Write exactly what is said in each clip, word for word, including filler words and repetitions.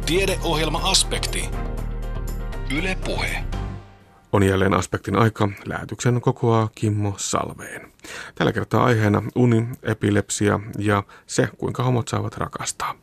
Tiedeohjelma-aspekti. Yle Puhe. On jälleen aspektin aika. Lähetyksen kokoaa Kimmo Salveen. Tällä kertaa aiheena uni, epilepsia ja se, kuinka homot saavat rakastaa.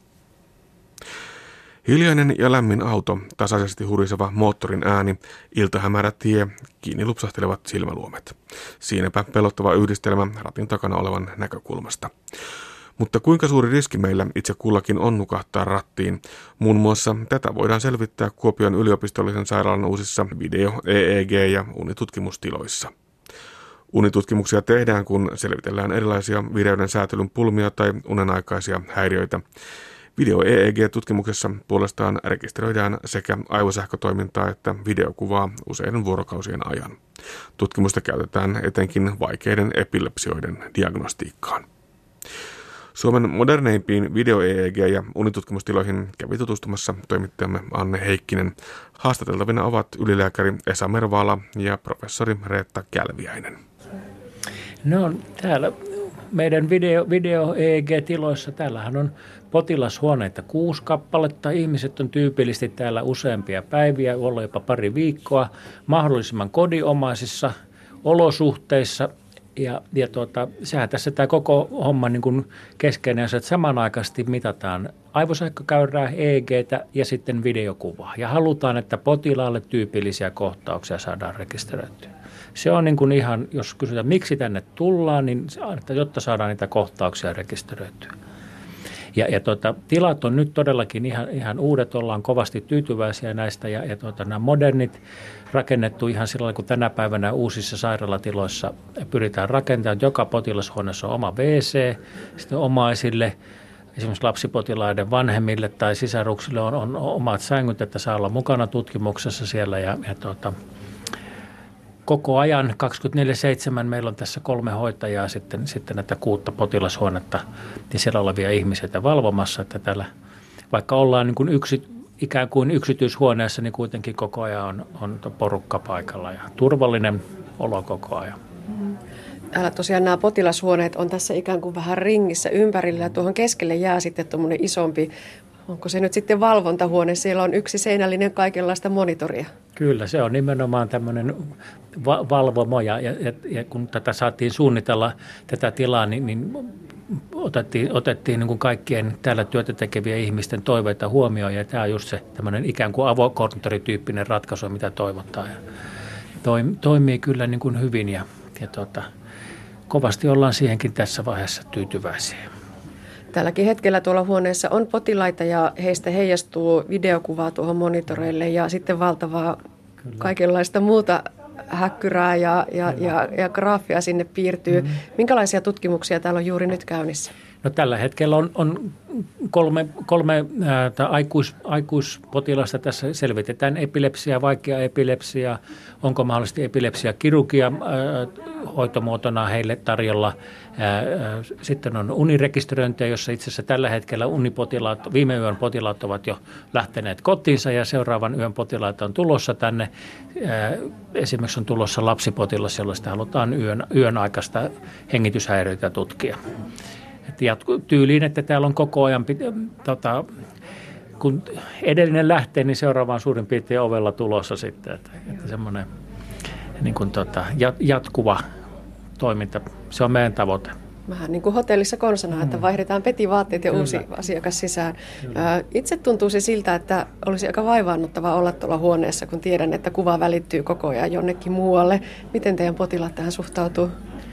Hiljainen ja lämmin auto, tasaisesti huriseva moottorin ääni, iltahämärä tie, kiinni lupsahtelevat silmäluomet. Siinäpä pelottava yhdistelmä ratin takana olevan näkökulmasta. Mutta kuinka suuri riski meillä itse kullakin on nukahtaa rattiin? Muun muassa tätä voidaan selvittää Kuopion yliopistollisen sairaalan uusissa video-, E E G- ja unitutkimustiloissa. Unitutkimuksia tehdään, kun selvitellään erilaisia vireyden säätelyn pulmia tai unenaikaisia häiriöitä. Video-E E G-tutkimuksessa puolestaan rekisteröidään sekä aivosähkötoimintaa että videokuvaa useiden vuorokausien ajan. Tutkimusta käytetään etenkin vaikeiden epilepsioiden diagnostiikkaan. Suomen moderneimpiin video-E E G- ja unitutkimustiloihin kävi tutustumassa toimittajamme Anne Heikkinen. Haastateltavina ovat ylilääkäri Esa Mervala ja professori Reetta Kälviäinen. No täällä meidän video, video-E E G-tiloissa, täällähän on potilashuoneita kuusi kappaletta. Ihmiset on tyypillisesti täällä useampia päiviä, olla jopa pari viikkoa, mahdollisimman kodinomaisissa olosuhteissa. Ja, ja tuota, sehän tässä tämä koko homma niin kuin keskeinen asia, että samanaikaisesti mitataan aivosähkökäyrää, E E G:tä ja sitten videokuvaa. Ja halutaan, että potilaalle tyypillisiä kohtauksia saadaan rekisteröityä. Se on niin kuin ihan, jos kysytään miksi tänne tullaan, niin että jotta saadaan niitä kohtauksia rekisteröityä. Ja, ja tuota, tilat on nyt todellakin ihan, ihan uudet, ollaan kovasti tyytyväisiä näistä ja, ja tuota, nämä modernit rakennettu ihan sillä tavalla, kun tänä päivänä uusissa sairaalatiloissa pyritään rakentamaan. Joka potilashuoneessa on oma W C, sitten omaisille, esimerkiksi lapsipotilaiden vanhemmille tai sisaruksille on, on omat sängyt, että saa olla mukana tutkimuksessa siellä ja, ja tuota, koko ajan kaksikymmentäneljä seitsemän meillä on tässä kolme hoitajaa sitten, sitten näitä kuutta potilashuonetta ja siellä olevia ihmisiä valvomassa, että täällä vaikka ollaan niin kuin yksi, ikään kuin yksityishuoneessa, niin kuitenkin koko ajan on, on porukka paikalla ja turvallinen olo koko ajan. Täällä tosiaan nämä potilashuoneet on tässä ikään kuin vähän ringissä ympärillä ja tuohon keskelle jää sitten tuommoinen isompi, onko se nyt sitten valvontahuone, siellä on yksi seinällinen kaikenlaista monitoria. Kyllä, se on nimenomaan tämmöinen va- valvomo ja, ja, ja kun tätä saatiin suunnitella, tätä tilaa, niin, niin otettiin, otettiin niin kuin kaikkien täällä työtä tekevien ihmisten toiveita huomioon ja tämä on just se tämmöinen ikään kuin avokonttorityyppinen ratkaisu, mitä toivotaan. Ja toim, toimii kyllä niin kuin hyvin ja, ja tota, kovasti ollaan siihenkin tässä vaiheessa tyytyväisiä. Tälläkin hetkellä tuolla huoneessa on potilaita ja heistä heijastuu videokuvaa tuohon monitoreille ja sitten valtavaa Kyllä. kaikenlaista muuta häkkyrää ja, ja, ja, ja graafia sinne piirtyy. Mm-hmm. Minkälaisia tutkimuksia täällä on juuri nyt käynnissä? No, tällä hetkellä on, on kolme, kolme ää, aikuis, aikuispotilasta. Tässä selvitetään epilepsiaa, vaikea epilepsiaa, onko mahdollisesti epilepsiakirurgia ää, hoitomuotona heille tarjolla. Ää, sitten on unirekisteröintiä, jossa itse asiassa tällä hetkellä unipotilaat, viime yön potilaat ovat jo lähteneet kotiinsa ja seuraavan yön potilaat on tulossa tänne. Ää, esimerkiksi on tulossa lapsipotilas, jolla sitä halutaan yön, yön aikaista hengityshäiriöitä tutkia. Jatku, tyyliin, että täällä on koko ajan, tota, kun edellinen lähtee, niin seuraava on suurin piirtein ovella tulossa sitten. Että, että semmoinen niin kuin tota, jatkuva toiminta, se on meidän tavoite. Vähän niin kuin hotellissa konsana, mm. että vaihdetaan petivaatteet ja Kyllä. uusi asiakas sisään. Kyllä. Itse tuntuu se siltä, että olisi aika vaivaannuttavaa olla tuolla huoneessa, kun tiedän, että kuva välittyy koko ajan jonnekin muualle. Miten teidän potilaat tähän suhtautuu?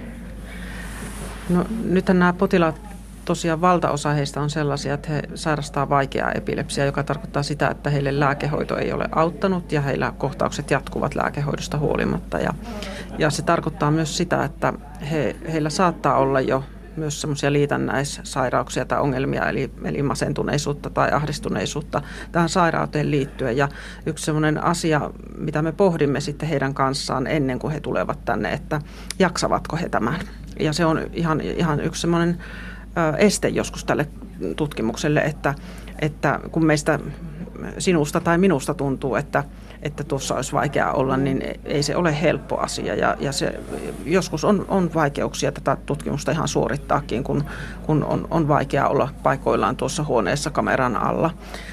No, nythän nämä potilaat, tosiaan valtaosa heistä on sellaisia, että he sairastaa vaikeaa epilepsiaa, joka tarkoittaa sitä, että heille lääkehoito ei ole auttanut ja heillä kohtaukset jatkuvat lääkehoidosta huolimatta. Ja, ja se tarkoittaa myös sitä, että he, heillä saattaa olla jo myös semmoisia liitännäissairauksia tai ongelmia, eli, eli masentuneisuutta tai ahdistuneisuutta tähän sairauteen liittyen. Ja yksi semmoinen asia, mitä me pohdimme sitten heidän kanssaan ennen kuin he tulevat tänne, että jaksavatko he tämän. Ja se on ihan, ihan yksi semmoinen este joskus tälle tutkimukselle, että, että kun meistä sinusta tai minusta tuntuu, että, että tuossa olisi vaikea olla, niin ei se ole helppo asia. Ja, ja se, joskus on, on vaikeuksia tätä tutkimusta ihan suorittaakin, kun, kun on, on vaikea olla paikoillaan tuossa huoneessa kameran alla.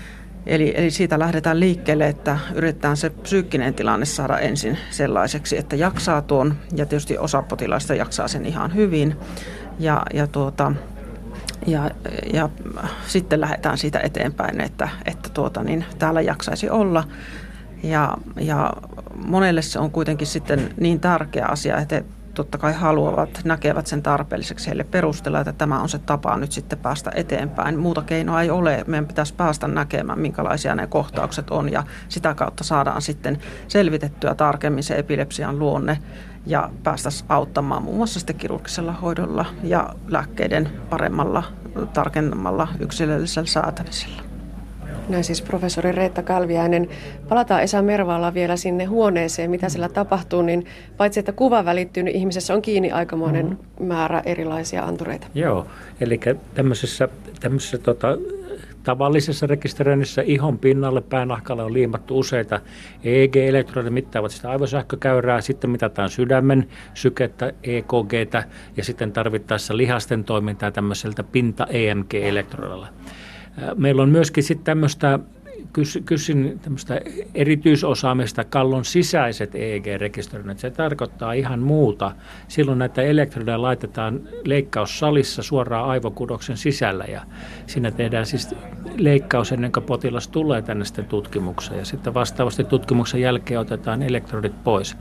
Eli, eli siitä lähdetään liikkeelle, että yritetään se psyykkinen tilanne saada ensin sellaiseksi, että jaksaa tuon, ja tietysti osa potilaista jaksaa sen ihan hyvin, ja, ja, tuota, ja, ja sitten lähdetään siitä eteenpäin, että, että tuota, niin täällä jaksaisi olla, ja, ja monelle se on kuitenkin sitten niin tärkeä asia, että he totta kai haluavat, näkevät sen tarpeelliseksi heille perustella, että tämä on se tapa nyt sitten päästä eteenpäin. Muuta keinoa ei ole. Meidän pitäisi päästä näkemään, minkälaisia ne kohtaukset on, ja sitä kautta saadaan sitten selvitettyä tarkemmin se epilepsian luonne ja päästä auttamaan muun muassa sitten kirurgisella hoidolla ja lääkkeiden paremmalla, tarkemmalla yksilöllisellä säätämisellä. Näin siis professori Reetta Kalviainen. Palataan Esa Mervalla vielä sinne huoneeseen, mitä siellä tapahtuu, niin paitsi että kuva välittyy, niin ihmisessä on kiinni aikamoinen mm-hmm. määrä erilaisia antureita. Joo, eli tämmöisessä, tämmöisessä tota, tavallisessa rekisteröinnissä ihon pinnalle päänahkalle on liimattu useita E E G-elektrodeja, mittaavat sitä aivosähkökäyrää, sitten mitataan sydämen sykettä, E K G:tä ja sitten tarvittaessa lihasten toimintaa tämmöiseltä pinta-E M G-elektrodilla. Meillä on myöskin sitten tämmöistä, kysyn tämmöistä erityisosaamista, kallon sisäiset E E G-rekisteröinnit. Se tarkoittaa ihan muuta. Silloin näitä elektrodeja laitetaan leikkaussalissa suoraan aivokudoksen sisällä ja siinä tehdään siis leikkaus ennen kuin potilas tulee tänne sitten tutkimukseen ja sitten vastaavasti tutkimuksen jälkeen otetaan elektrodit pois.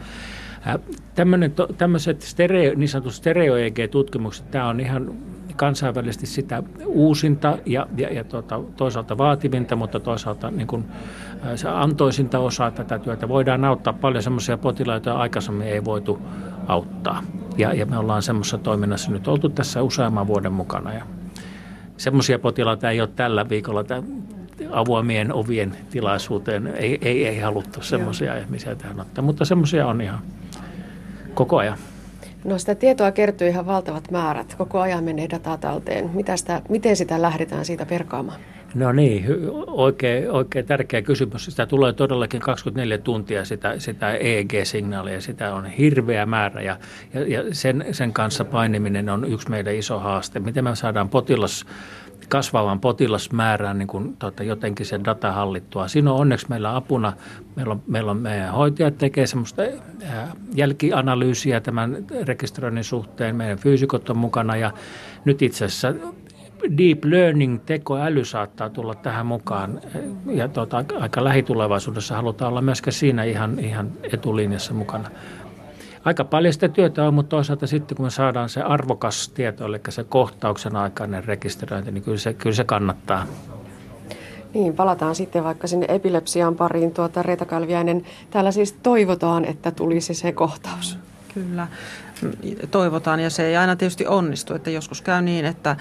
Tämmöiset stereo, niin sanotut stereo-E E G-tutkimukset, tämä on ihan kansainvälisesti sitä uusinta ja, ja, ja tuota, toisaalta vaativinta, mutta toisaalta niin kuin, se antoisinta osaa tätä työtä. Voidaan auttaa paljon semmoisia potilaita, joita aikaisemmin ei voitu auttaa. Ja, ja me ollaan semmoisessa toiminnassa nyt oltu tässä useamman vuoden mukana. Ja semmoisia potilaita ei ole tällä viikolla tämän avoimien ovien tilaisuuteen. Ei, ei, ei haluttu semmoisia ihmisiä tähän ottaa, mutta semmoisia on ihan koko ajan. No sitä tietoa kertyy ihan valtavat määrät. Koko ajan menee dataa talteen. Mitä sitä, miten sitä lähdetään siitä perkaamaan? No niin, oikein, oikein tärkeä kysymys. Sitä tulee todellakin kaksikymmentäneljä tuntia sitä, sitä E E G-signaalia. Sitä on hirveä määrä ja, ja, ja sen, sen kanssa painiminen on yksi meidän iso haaste. Miten me saadaan potilas, kasvavan potilasmäärään niin kuin, tota, jotenkin sen data hallittua. Siinä on onneksi meillä apuna. Meillä on, meillä on meidän hoitajat tekee semmoista ää, jälkianalyysiä tämän rekisteröinnin suhteen. Meidän fyysikot on mukana ja nyt itse asiassa deep learning, tekoäly saattaa tulla tähän mukaan ja tota, aika lähitulevaisuudessa halutaan olla myöskin siinä ihan, ihan etulinjassa mukana. Aika paljon sitä työtä on, mutta toisaalta sitten kun me saadaan se arvokas tieto, eli se kohtauksen aikainen rekisteröinti, niin kyllä se, kyllä se kannattaa. Niin, palataan sitten vaikka sinne epilepsian pariin. Tuota, Reetta Kalviainen, täällä siis toivotaan, että tulisi se kohtaus. Kyllä, toivotaan ja se ei aina tietysti onnistu, että joskus käy niin, että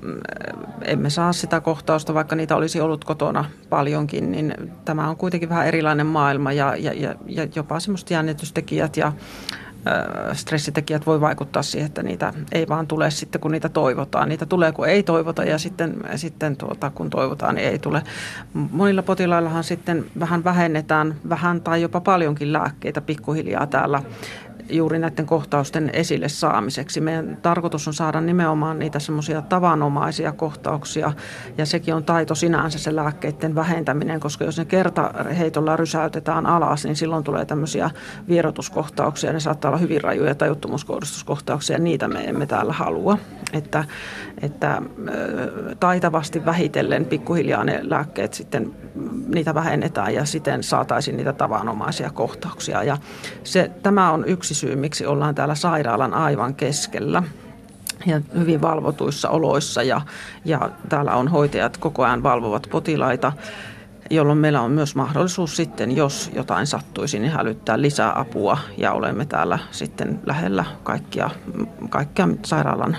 emme saa sitä kohtausta, vaikka niitä olisi ollut kotona paljonkin, niin tämä on kuitenkin vähän erilainen maailma ja, ja, ja jopa semmoiset jännitystekijät ja stressitekijät voi vaikuttaa siihen, että niitä ei vaan tule sitten, kun niitä toivotaan. Niitä tulee, kun ei toivota ja sitten, sitten tuota, kun toivotaan, niin ei tule. Monilla potilaillahan sitten vähän vähennetään vähän tai jopa paljonkin lääkkeitä pikkuhiljaa täällä juuri näiden kohtausten esille saamiseksi. Meidän tarkoitus on saada nimenomaan niitä semmoisia tavanomaisia kohtauksia ja sekin on taito sinänsä se lääkkeiden vähentäminen, koska jos ne kertaheitolla rysäytetään alas, niin silloin tulee tämmöisiä vierotuskohtauksia. Ne saattaa olla hyvin rajuja tajuttomuuskohdistuskohtauksia, niitä me emme täällä halua. Että, että taitavasti vähitellen pikkuhiljaa ne lääkkeet sitten niitä vähennetään ja siten saataisiin niitä tavanomaisia kohtauksia. Ja se, tämä on yksi syy, miksi ollaan täällä sairaalan aivan keskellä ja hyvin valvotuissa oloissa ja, ja täällä on hoitajat koko ajan valvovat potilaita, jolloin meillä on myös mahdollisuus sitten, jos jotain sattuisi, niin hälyttää lisää apua ja olemme täällä sitten lähellä kaikkia, kaikkia sairaalan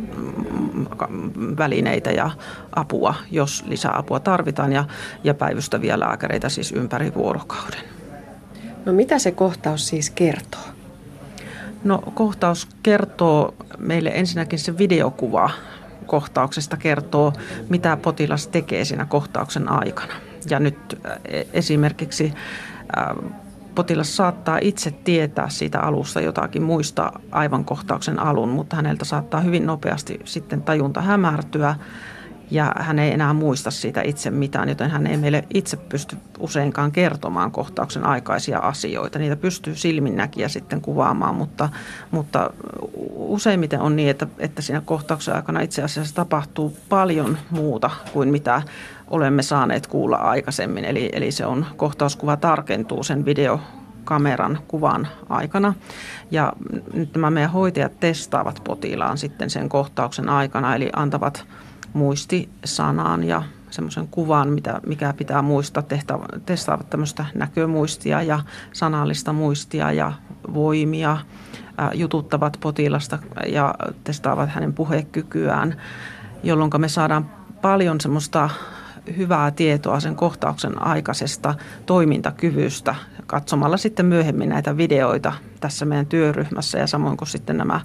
välineitä ja apua, jos lisäapua tarvitaan ja, ja päivystäviä lääkäreitä siis ympäri vuorokauden. No mitä se kohtaus siis kertoo? No kohtaus kertoo meille ensinnäkin se videokuva kohtauksesta kertoo, mitä potilas tekee siinä kohtauksen aikana. Ja nyt esimerkiksi potilas saattaa itse tietää siitä alusta jotakin, muistaa aivan kohtauksen alun, mutta häneltä saattaa hyvin nopeasti sitten tajunta hämärtyä ja hän ei enää muista siitä itse mitään, joten hän ei meille itse pysty useinkaan kertomaan kohtauksen aikaisia asioita. Niitä pystyy silminnäkijä sitten kuvaamaan, mutta, mutta useimmiten on niin, että, että siinä kohtauksen aikana itse asiassa tapahtuu paljon muuta kuin mitä olemme saaneet kuulla aikaisemmin. Eli, eli se on, kohtauskuva tarkentuu sen videokameran kuvan aikana. Ja nyt nämä meidän hoitajat testaavat potilaan sitten sen kohtauksen aikana, eli antavat muistisanan ja semmoisen kuvan, mitä, mikä pitää muistaa. Tehtä, testaavat tämmöistä näkömuistia ja sanallista muistia ja voimia, ää, jututtavat potilasta ja testaavat hänen puhekykyään, jolloin me saadaan paljon semmoista hyvää tietoa sen kohtauksen aikaisesta toimintakyvystä katsomalla sitten myöhemmin näitä videoita tässä meidän työryhmässä ja samoin kuin sitten nämä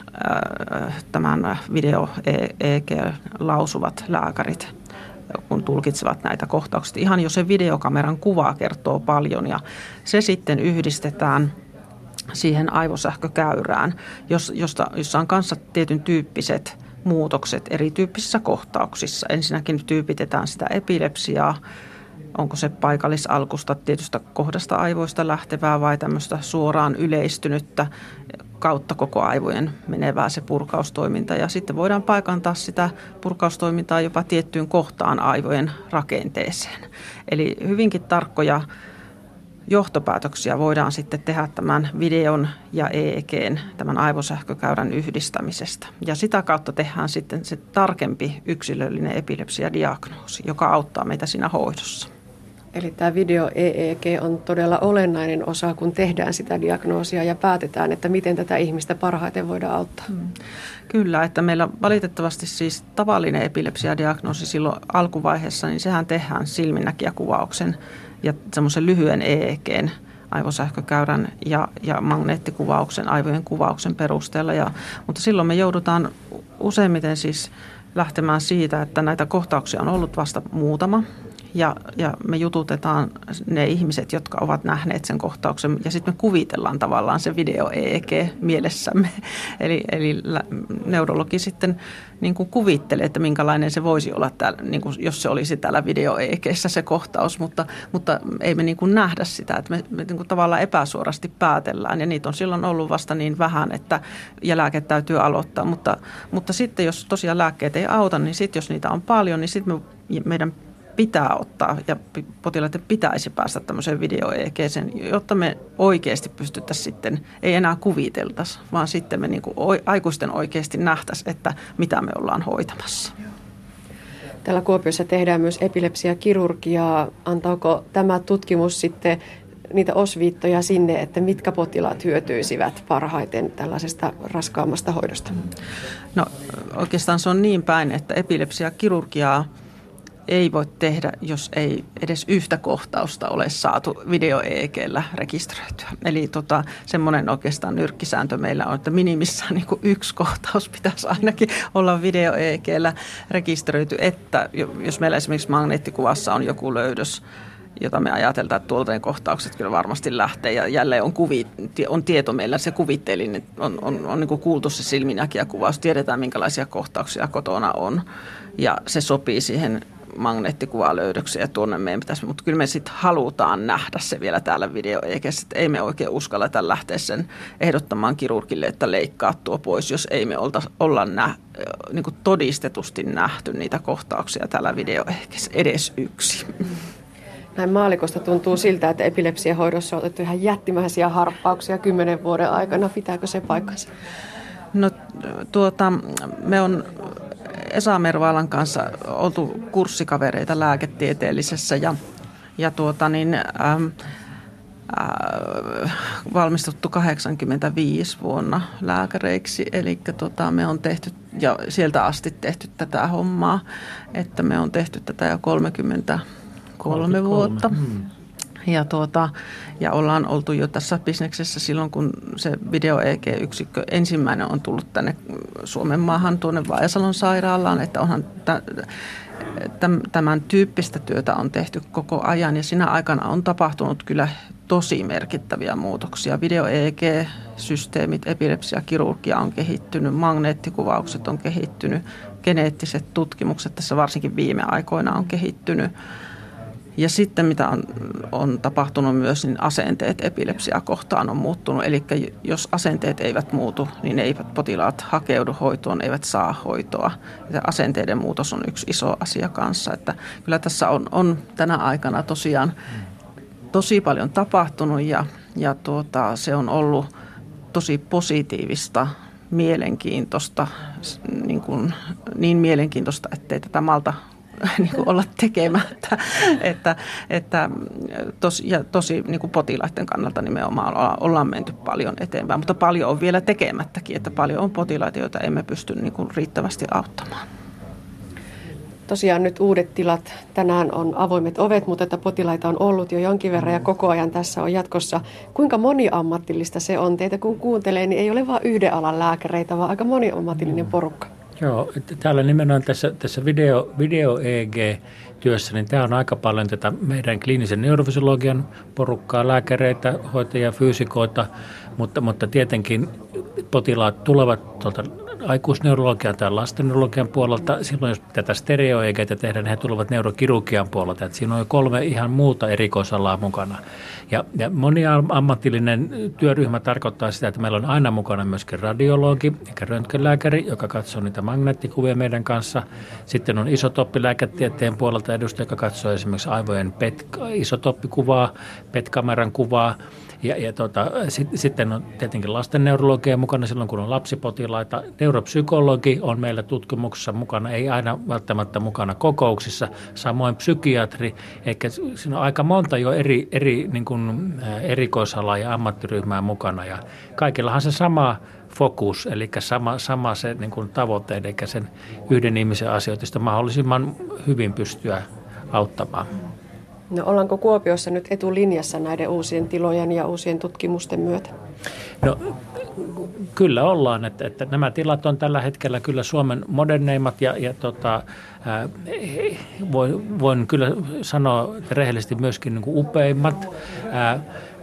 tämän video-E G-lausuvat lääkärit, kun tulkitsevat näitä kohtauksia. Ihan jo se videokameran kuva kertoo paljon ja se sitten yhdistetään siihen aivosähkökäyrään, josta, jossa on kanssa tietyn tyyppiset muutokset erityyppisissä kohtauksissa. Ensinnäkin tyypitetään sitä epilepsiaa, onko se paikallisalkusta tietystä kohdasta aivoista lähtevää vai tämmöistä suoraan yleistynyttä kautta koko aivojen menevää se purkaustoiminta. Ja sitten voidaan paikantaa sitä purkaustoimintaa jopa tiettyyn kohtaan aivojen rakenteeseen. Eli hyvinkin tarkkoja johtopäätöksiä voidaan sitten tehdä tämän videon ja E E G:n, tämän aivosähkökäyrän yhdistämisestä. Ja sitä kautta tehdään sitten se tarkempi yksilöllinen epilepsiadiagnoosi, joka auttaa meitä siinä hoidossa. Eli tämä video-E E G on todella olennainen osa, kun tehdään sitä diagnoosia ja päätetään, että miten tätä ihmistä parhaiten voidaan auttaa. Hmm. Kyllä, että meillä valitettavasti siis tavallinen epilepsiadiagnoosi silloin alkuvaiheessa, niin sehän tehdään silminnäkijäkuvauksen ja semmoisen lyhyen E E G:n, aivosähkökäyrän ja, ja magneettikuvauksen, aivojen kuvauksen perusteella. Ja, mutta silloin me joudutaan useimmiten siis lähtemään siitä, että näitä kohtauksia on ollut vasta muutama. Ja, ja me jututetaan ne ihmiset, jotka ovat nähneet sen kohtauksen ja sitten me kuvitellaan tavallaan se video-E E G mielessämme. Eli, eli neurologi sitten niin kuin kuvittelee, että minkälainen se voisi olla, täällä, niin kuin jos se olisi täällä video-E E G:ssä se kohtaus, mutta, mutta ei me niin kuin nähdä sitä, että me, me niin kuin tavallaan epäsuorasti päätellään ja niitä on silloin ollut vasta niin vähän, että ja lääke täytyy aloittaa. Mutta, mutta sitten jos tosiaan lääkkeet ei auta, niin sitten jos niitä on paljon, niin sitten me, meidän pitää ottaa ja potilaiden pitäisi päästä tämmöiseen video-E E G:seen, jotta me oikeasti pystyttäisiin sitten, ei enää kuviteltaisi, vaan sitten me niin kuin aikuisten oikeasti nähtäisiin, että mitä me ollaan hoitamassa. Täällä Kuopiossa tehdään myös epilepsiakirurgiaa. Antaako tämä tutkimus sitten niitä osviittoja sinne, että mitkä potilaat hyötyisivät parhaiten tällaisesta raskaammasta hoidosta? No oikeastaan se on niin päin, että epilepsiakirurgiaa ei voi tehdä, jos ei edes yhtä kohtausta ole saatu video-E E G:llä rekisteröityä. Eli tota, semmoinen oikeastaan nyrkkisääntö meillä on, että minimissään niin kuin yksi kohtaus pitäisi ainakin olla video-E E G:llä rekisteröity, että jos meillä esimerkiksi magneettikuvassa on joku löydös, jota me ajateltaan, että tuolta kohtaukset kyllä varmasti lähtee ja jälleen on, kuvi, on tieto meillä, se kuvittelin, on, on, on niin kuin kuultu se silminnäkijäkuvaus, tiedetään minkälaisia kohtauksia kotona on ja se sopii siihen magneettikuvaa-löydöksiä ja tuonne meidän pitäisi, mutta kyllä me sitten halutaan nähdä se vielä täällä video-E E G:ssä, että ei me oikein uskalleta lähteä sen ehdottamaan kirurgille, että leikkaa tuo pois, jos ei me olta, olla nä, niin kuin todistetusti nähty niitä kohtauksia täällä video-E E G:ssä edes yksi. Näin maalikosta tuntuu siltä, että epilepsiahoidossa on otettu ihan jättimäisiä harppauksia kymmenen vuoden aikana. Pitääkö se paikkansa? No tuota, me on Esa Mervalan kanssa oltu kurssikavereita lääketieteellisessä ja, ja tuota niin, ähm, äh, valmistuttu kahdeksankymmentäviisi vuonna lääkäreiksi. Eli tuota, me on tehty ja sieltä asti tehty tätä hommaa, että me on tehty tätä jo kolmekymmentäkolme vuotta. Hmm. Ja, tuota, ja ollaan oltu jo tässä bisneksessä silloin, kun se video-E E G-yksikkö ensimmäinen on tullut tänne Suomen maahan tuonne Vaajasalon sairaalaan, että onhan tämän tyyppistä työtä on tehty koko ajan ja siinä aikana on tapahtunut kyllä tosi merkittäviä muutoksia. Video-E E G-systeemit, epilepsiakirurgia on kehittynyt, magneettikuvaukset on kehittynyt, geneettiset tutkimukset tässä varsinkin viime aikoina on kehittynyt. Ja sitten mitä on, on tapahtunut myös, niin asenteet epilepsiaa kohtaan on muuttunut. Eli jos asenteet eivät muutu, niin eivät potilaat hakeudu hoitoon, eivät saa hoitoa. Ja asenteiden muutos on yksi iso asia kanssa. Että kyllä tässä on, on tänä aikana tosiaan tosi paljon tapahtunut ja, ja tuota, se on ollut tosi positiivista, mielenkiintoista, niin, kuin, niin mielenkiintoista, ettei tätä malta niin kuin olla tekemättä, että, että tosi, ja tosi niin kuin potilaiden kannalta nimenomaan ollaan menty paljon eteenpäin, mutta paljon on vielä tekemättäkin, että paljon on potilaita, joita emme pysty niin kuin riittävästi auttamaan. Tosiaan nyt uudet tilat, tänään on avoimet ovet, mutta että potilaita on ollut jo jonkin verran ja koko ajan tässä on jatkossa. Kuinka moniammatillista se on? Teitä kun kuuntelee, niin ei ole vain yhden alan lääkäreitä, vaan aika moniammatillinen porukka. Joo, että täällä nimenomaan tässä, tässä video, video-E G-työssä, niin tämä on aika paljon tätä meidän kliinisen neurofysiologian porukkaa, lääkäreitä, hoitajia, fyysikoita, mutta, mutta tietenkin potilaat tulevat tuolta aikuisneurologian tai lastenneurologian puolelta. Silloin jos tätä stereo-E G:tä tehdään, niin he tulevat neurokirurgian puolelta. Että siinä on jo kolme ihan muuta erikoisalaa mukana. Ja, ja moniammatillinen työryhmä tarkoittaa sitä, että meillä on aina mukana myöskin radiologi, eli röntgenlääkäri, joka katsoo niitä magneettikuvia meidän kanssa. Sitten on isotoppilääketieteen puolelta edustaja, joka katsoo esimerkiksi aivojen P E T, isotoppikuvaa, P E T-kameran kuvaa. Ja, ja tota, sit, sitten on tietenkin lastenneurologia mukana silloin, kun on lapsipotilaita. Neuropsykologi on meillä tutkimuksessa mukana, ei aina välttämättä mukana kokouksissa. Samoin psykiatri, eikä siinä on aika monta jo eri, eri niin kuin, erikoisalaa ja ammattiryhmää mukana. Ja kaikillahan se sama fokus, eli sama, sama se niin kuin tavoite, eli sen yhden ihmisen asioista mahdollisimman hyvin pystyä auttamaan. No ollaanko Kuopiossa nyt etulinjassa näiden uusien tilojen ja uusien tutkimusten myötä? No kyllä ollaan, että, että nämä tilat on tällä hetkellä kyllä Suomen moderneimmat ja, ja tota, ää, voin, voin kyllä sanoa rehellisesti myöskin niin kuin upeimmat. Ää,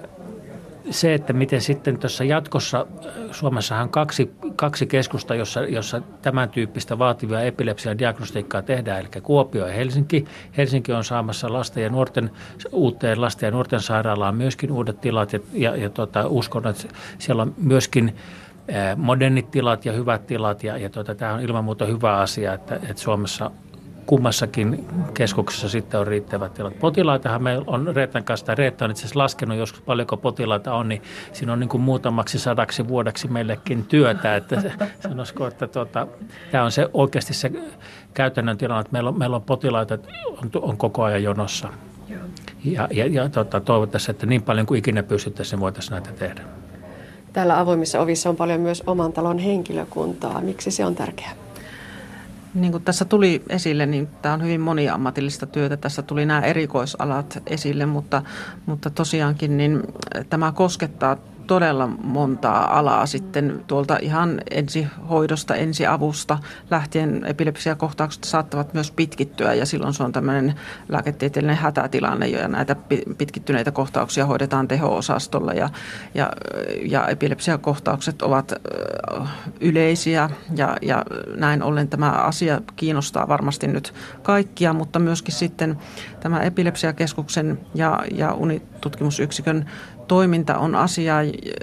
Se, että miten sitten tuossa jatkossa, Suomessahan on kaksi, kaksi keskusta, jossa, jossa tämän tyyppistä vaativaa epilepsian diagnostiikkaa tehdään, eli Kuopio ja Helsinki. Helsinki on saamassa lasten ja nuorten, uuteen lasten ja nuorten sairaalaan myöskin uudet tilat, ja, ja, ja tota, uskon, että siellä on myöskin ää, modernit tilat ja hyvät tilat, ja, ja tota, tämä on ilman muuta hyvä asia, että, että Suomessa kummassakin keskuksessa sitten on riittävät tilat. Potilaitahan meillä on Reetan kanssa, tai Reetta on itse asiassa laskenut joskus paljonko potilaita on, niin siinä on niin kuin muutamaksi sadaksi vuodeksi meillekin työtä, että sanoisiko, että tuota, tämä on se oikeasti se käytännön tilanne, että meillä on, meillä on potilaita, että on, on koko ajan jonossa. Ja, ja, ja tuota, toivottaisiin, että niin paljon kuin ikinä pystyttäisiin, voitaisiin näitä tehdä. Täällä avoimissa ovissa on paljon myös oman talon henkilökuntaa. Miksi se on tärkeää? Niin kuin tässä tuli esille, niin tämä on hyvin moniammatillista työtä. Tässä tuli nämä erikoisalat esille, mutta, mutta tosiaankin niin tämä koskettaa todella montaa alaa sitten tuolta ihan ensihoidosta, ensiavusta lähtien. Epilepsiakohtaukset saattavat myös pitkittyä ja silloin se on tämmöinen lääketieteellinen hätätilanne ja näitä pitkittyneitä kohtauksia hoidetaan teho-osastolla ja, ja, ja epilepsiakohtaukset ovat yleisiä ja, ja näin ollen tämä asia kiinnostaa varmasti nyt kaikkia, mutta myöskin sitten tämä Epilepsiakeskuksen ja, ja unitutkimusyksikön toiminta on asia,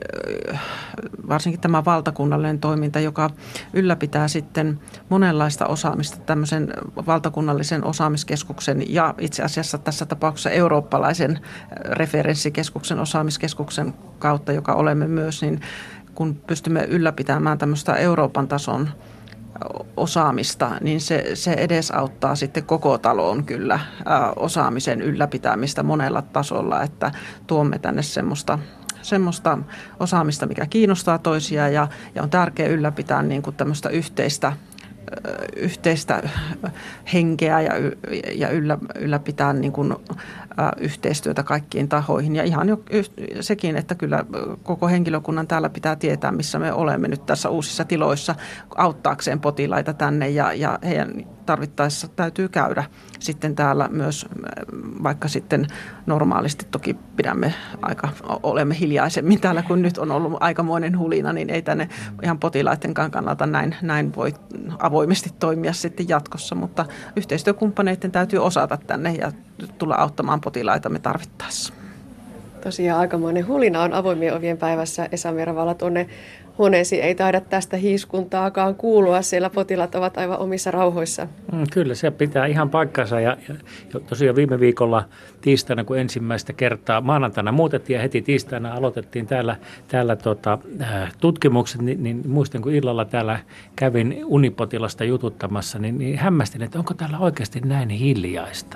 varsinkin tämä valtakunnallinen toiminta, joka ylläpitää sitten monenlaista osaamista tämmöisen valtakunnallisen osaamiskeskuksen ja itse asiassa tässä tapauksessa eurooppalaisen referenssikeskuksen, osaamiskeskuksen kautta, joka olemme myös, niin kun pystymme ylläpitämään tämmöistä Euroopan tason osaamista, niin se, se edesauttaa sitten koko taloon kyllä ää, osaamisen ylläpitämistä monella tasolla, että tuomme tänne semmoista, semmoista osaamista, mikä kiinnostaa toisia ja, ja on tärkeää ylläpitää niin kuin tämmöistä yhteistä, yhteistä henkeä ja, ja yllä, ylläpitää niin kuin, ä, yhteistyötä kaikkiin tahoihin. Ja ihan jo sekin, että kyllä koko henkilökunnan täällä pitää tietää, missä me olemme nyt tässä uusissa tiloissa auttaakseen potilaita tänne ja, ja heidän tarvittaessa täytyy käydä sitten täällä myös, vaikka sitten normaalisti toki pidämme aika, olemme hiljaisemmin täällä, kun nyt on ollut aikamoinen hulina, niin ei tänne ihan potilaiden kannalta näin, näin voi avoimesti avoimesti toimia sitten jatkossa, mutta yhteistyökumppaneiden täytyy osata tänne ja tulla auttamaan potilaitamme tarvittaessa. Tosiaan aikamoinen hulina on avoimien ovien päivässä. Esa Meravala, tuonne huoneesi ei taida tästä hiiskuntaakaan kuulua. Siellä potilaat ovat aivan omissa rauhoissa. Mm, kyllä, se pitää ihan paikkansa. Ja, ja tosiaan viime viikolla tiistaina, kun ensimmäistä kertaa maanantaina muutettiin ja heti tiistaina aloitettiin täällä, täällä tota, äh, tutkimukset, niin, niin muistan, kun illalla täällä kävin unipotilasta jututtamassa, niin, niin hämmästin, että onko täällä oikeasti näin hiljaista.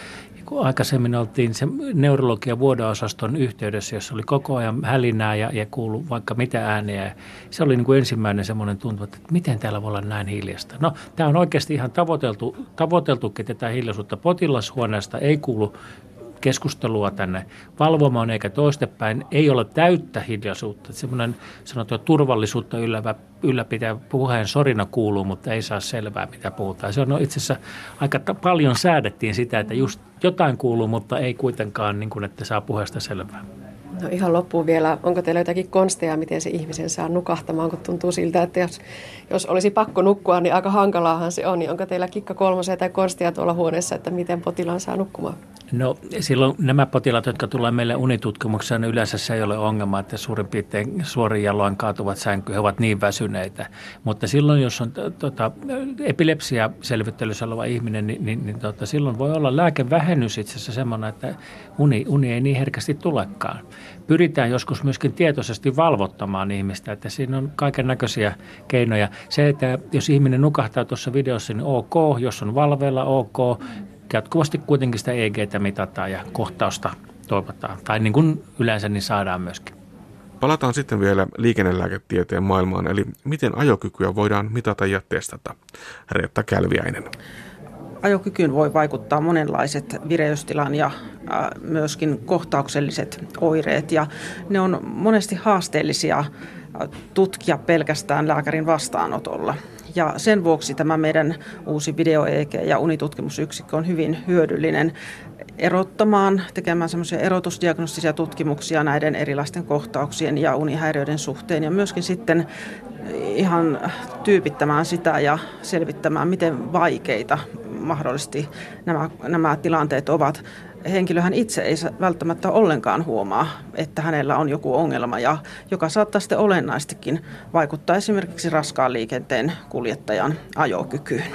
Kun aikaisemmin oltiin se neurologian vuodeosaston yhteydessä, jossa oli koko ajan hälinää ja, ja kuului vaikka mitä ääniä. Se oli niin kuin ensimmäinen semmoinen tuntu, että miten täällä voi olla näin hiljasta. No, tämä on oikeasti ihan tavoiteltu, tavoiteltukin tätä hiljaisuutta. Potilashuoneesta ei kuulu keskustelua tänne valvomaan eikä toistepäin. Ei ole täyttä hiljaisuutta. Semmoinen sanottu turvallisuutta ylläpä, ylläpitää puheen sorina kuuluu, mutta ei saa selvää, mitä puhutaan. Se on no, itse asiassa aika paljon säädettiin sitä, että just jotain kuuluu, mutta ei kuitenkaan niin kuin, että saa puheesta selvää. No ihan loppuun vielä, onko teillä jotakin konsteja, miten se ihmisen saa nukahtamaan, kun tuntuu siltä, että jos, jos olisi pakko nukkua, niin aika hankalaahan se on. Niin onko teillä kikka kolmosia tai konstia tuolla huoneessa, että miten potilaan saa nukkumaan? No silloin nämä potilaat, jotka tulee meille unitutkimukseen, niin yleensä se ei ole ongelma, että suurin piirtein suorin jaloin kaatuvat sänkyyn, he ovat niin väsyneitä. Mutta silloin, jos on tota, epilepsia-selvittelyssä oleva ihminen, niin, niin, niin tota, silloin voi olla lääkevähennys itse asiassa semmoinen, että uni, uni ei niin herkästi tulekaan. Pyritään joskus myöskin tietoisesti valvottamaan ihmistä, että siinä on kaiken näköisiä keinoja. Se, että jos ihminen nukahtaa tuossa videossa, niin ok, jos on valveilla ok, jatkuvasti kuitenkin sitä E G:tä mitataan ja kohtausta toivotaan. Tai niin kuin yleensä niin saadaan myöskin. Palataan sitten vielä liikennelääketieteen maailmaan, eli miten ajokykyä voidaan mitata ja testata. Reetta Kälviäinen. Ajokykyyn voi vaikuttaa monenlaiset vireystilan ja myöskin kohtaukselliset oireet. Ja ne on monesti haasteellisia tutkia pelkästään lääkärin vastaanotolla. Ja sen vuoksi tämä meidän uusi video-E G ja unitutkimusyksikkö on hyvin hyödyllinen erottamaan, tekemään semmoisia erotusdiagnostisia tutkimuksia näiden erilaisten kohtauksien ja unihäiriöiden suhteen ja myöskin sitten ihan tyypittämään sitä ja selvittämään, miten vaikeita mahdollisesti nämä, nämä tilanteet ovat. Henkilöhän itse ei välttämättä ollenkaan huomaa, että hänellä on joku ongelma, ja joka saattaa sitten olennaisestikin vaikuttaa esimerkiksi raskaan liikenteen kuljettajan ajokykyyn.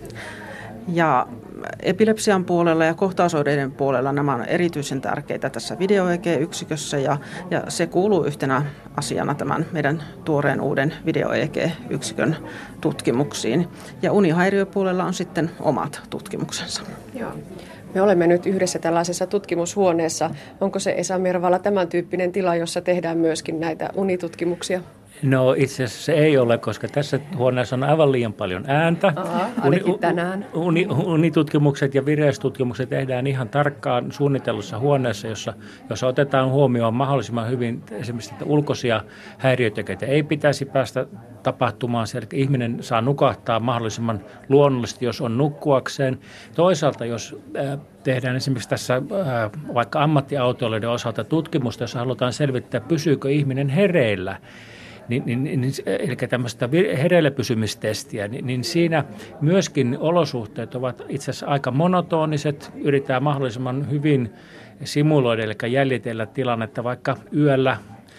Ja epilepsian puolella ja kohtausoireiden puolella nämä on erityisen tärkeitä tässä video-E G-yksikössä, ja, ja se kuuluu yhtenä asiana tämän meidän tuoreen uuden video-E G-yksikön tutkimuksiin. Ja unihäiriöpuolella on sitten omat tutkimuksensa. Joo. Me olemme nyt yhdessä tällaisessa tutkimushuoneessa. Onko se, Esa Meravala, tämän tyyppinen tila, jossa tehdään myöskin näitä unitutkimuksia? No itse asiassa se ei ole, koska tässä huoneessa on aivan liian paljon ääntä. Aha, ainakin tänään. Uni, unitutkimukset ja vireystutkimukset tehdään ihan tarkkaan suunnitellussa huoneessa, jossa, jossa otetaan huomioon mahdollisimman hyvin esimerkiksi, että ulkoisia häiriötekijöitä ei pitäisi päästä tapahtumaan. Eli ihminen saa nukahtaa mahdollisimman luonnollisesti, jos on nukkuakseen. Toisaalta, jos äh, tehdään esimerkiksi tässä äh, vaikka ammattiautoilijoiden osalta tutkimusta, jossa halutaan selvittää, pysyykö ihminen hereillä, Niin, niin, niin, eli tämmöistä hereillä pysymistestiä, niin, niin siinä myöskin olosuhteet ovat itse asiassa aika monotoniset. Yritetään mahdollisimman hyvin simuloida, eli jäljitellä tilannetta vaikka yöllä.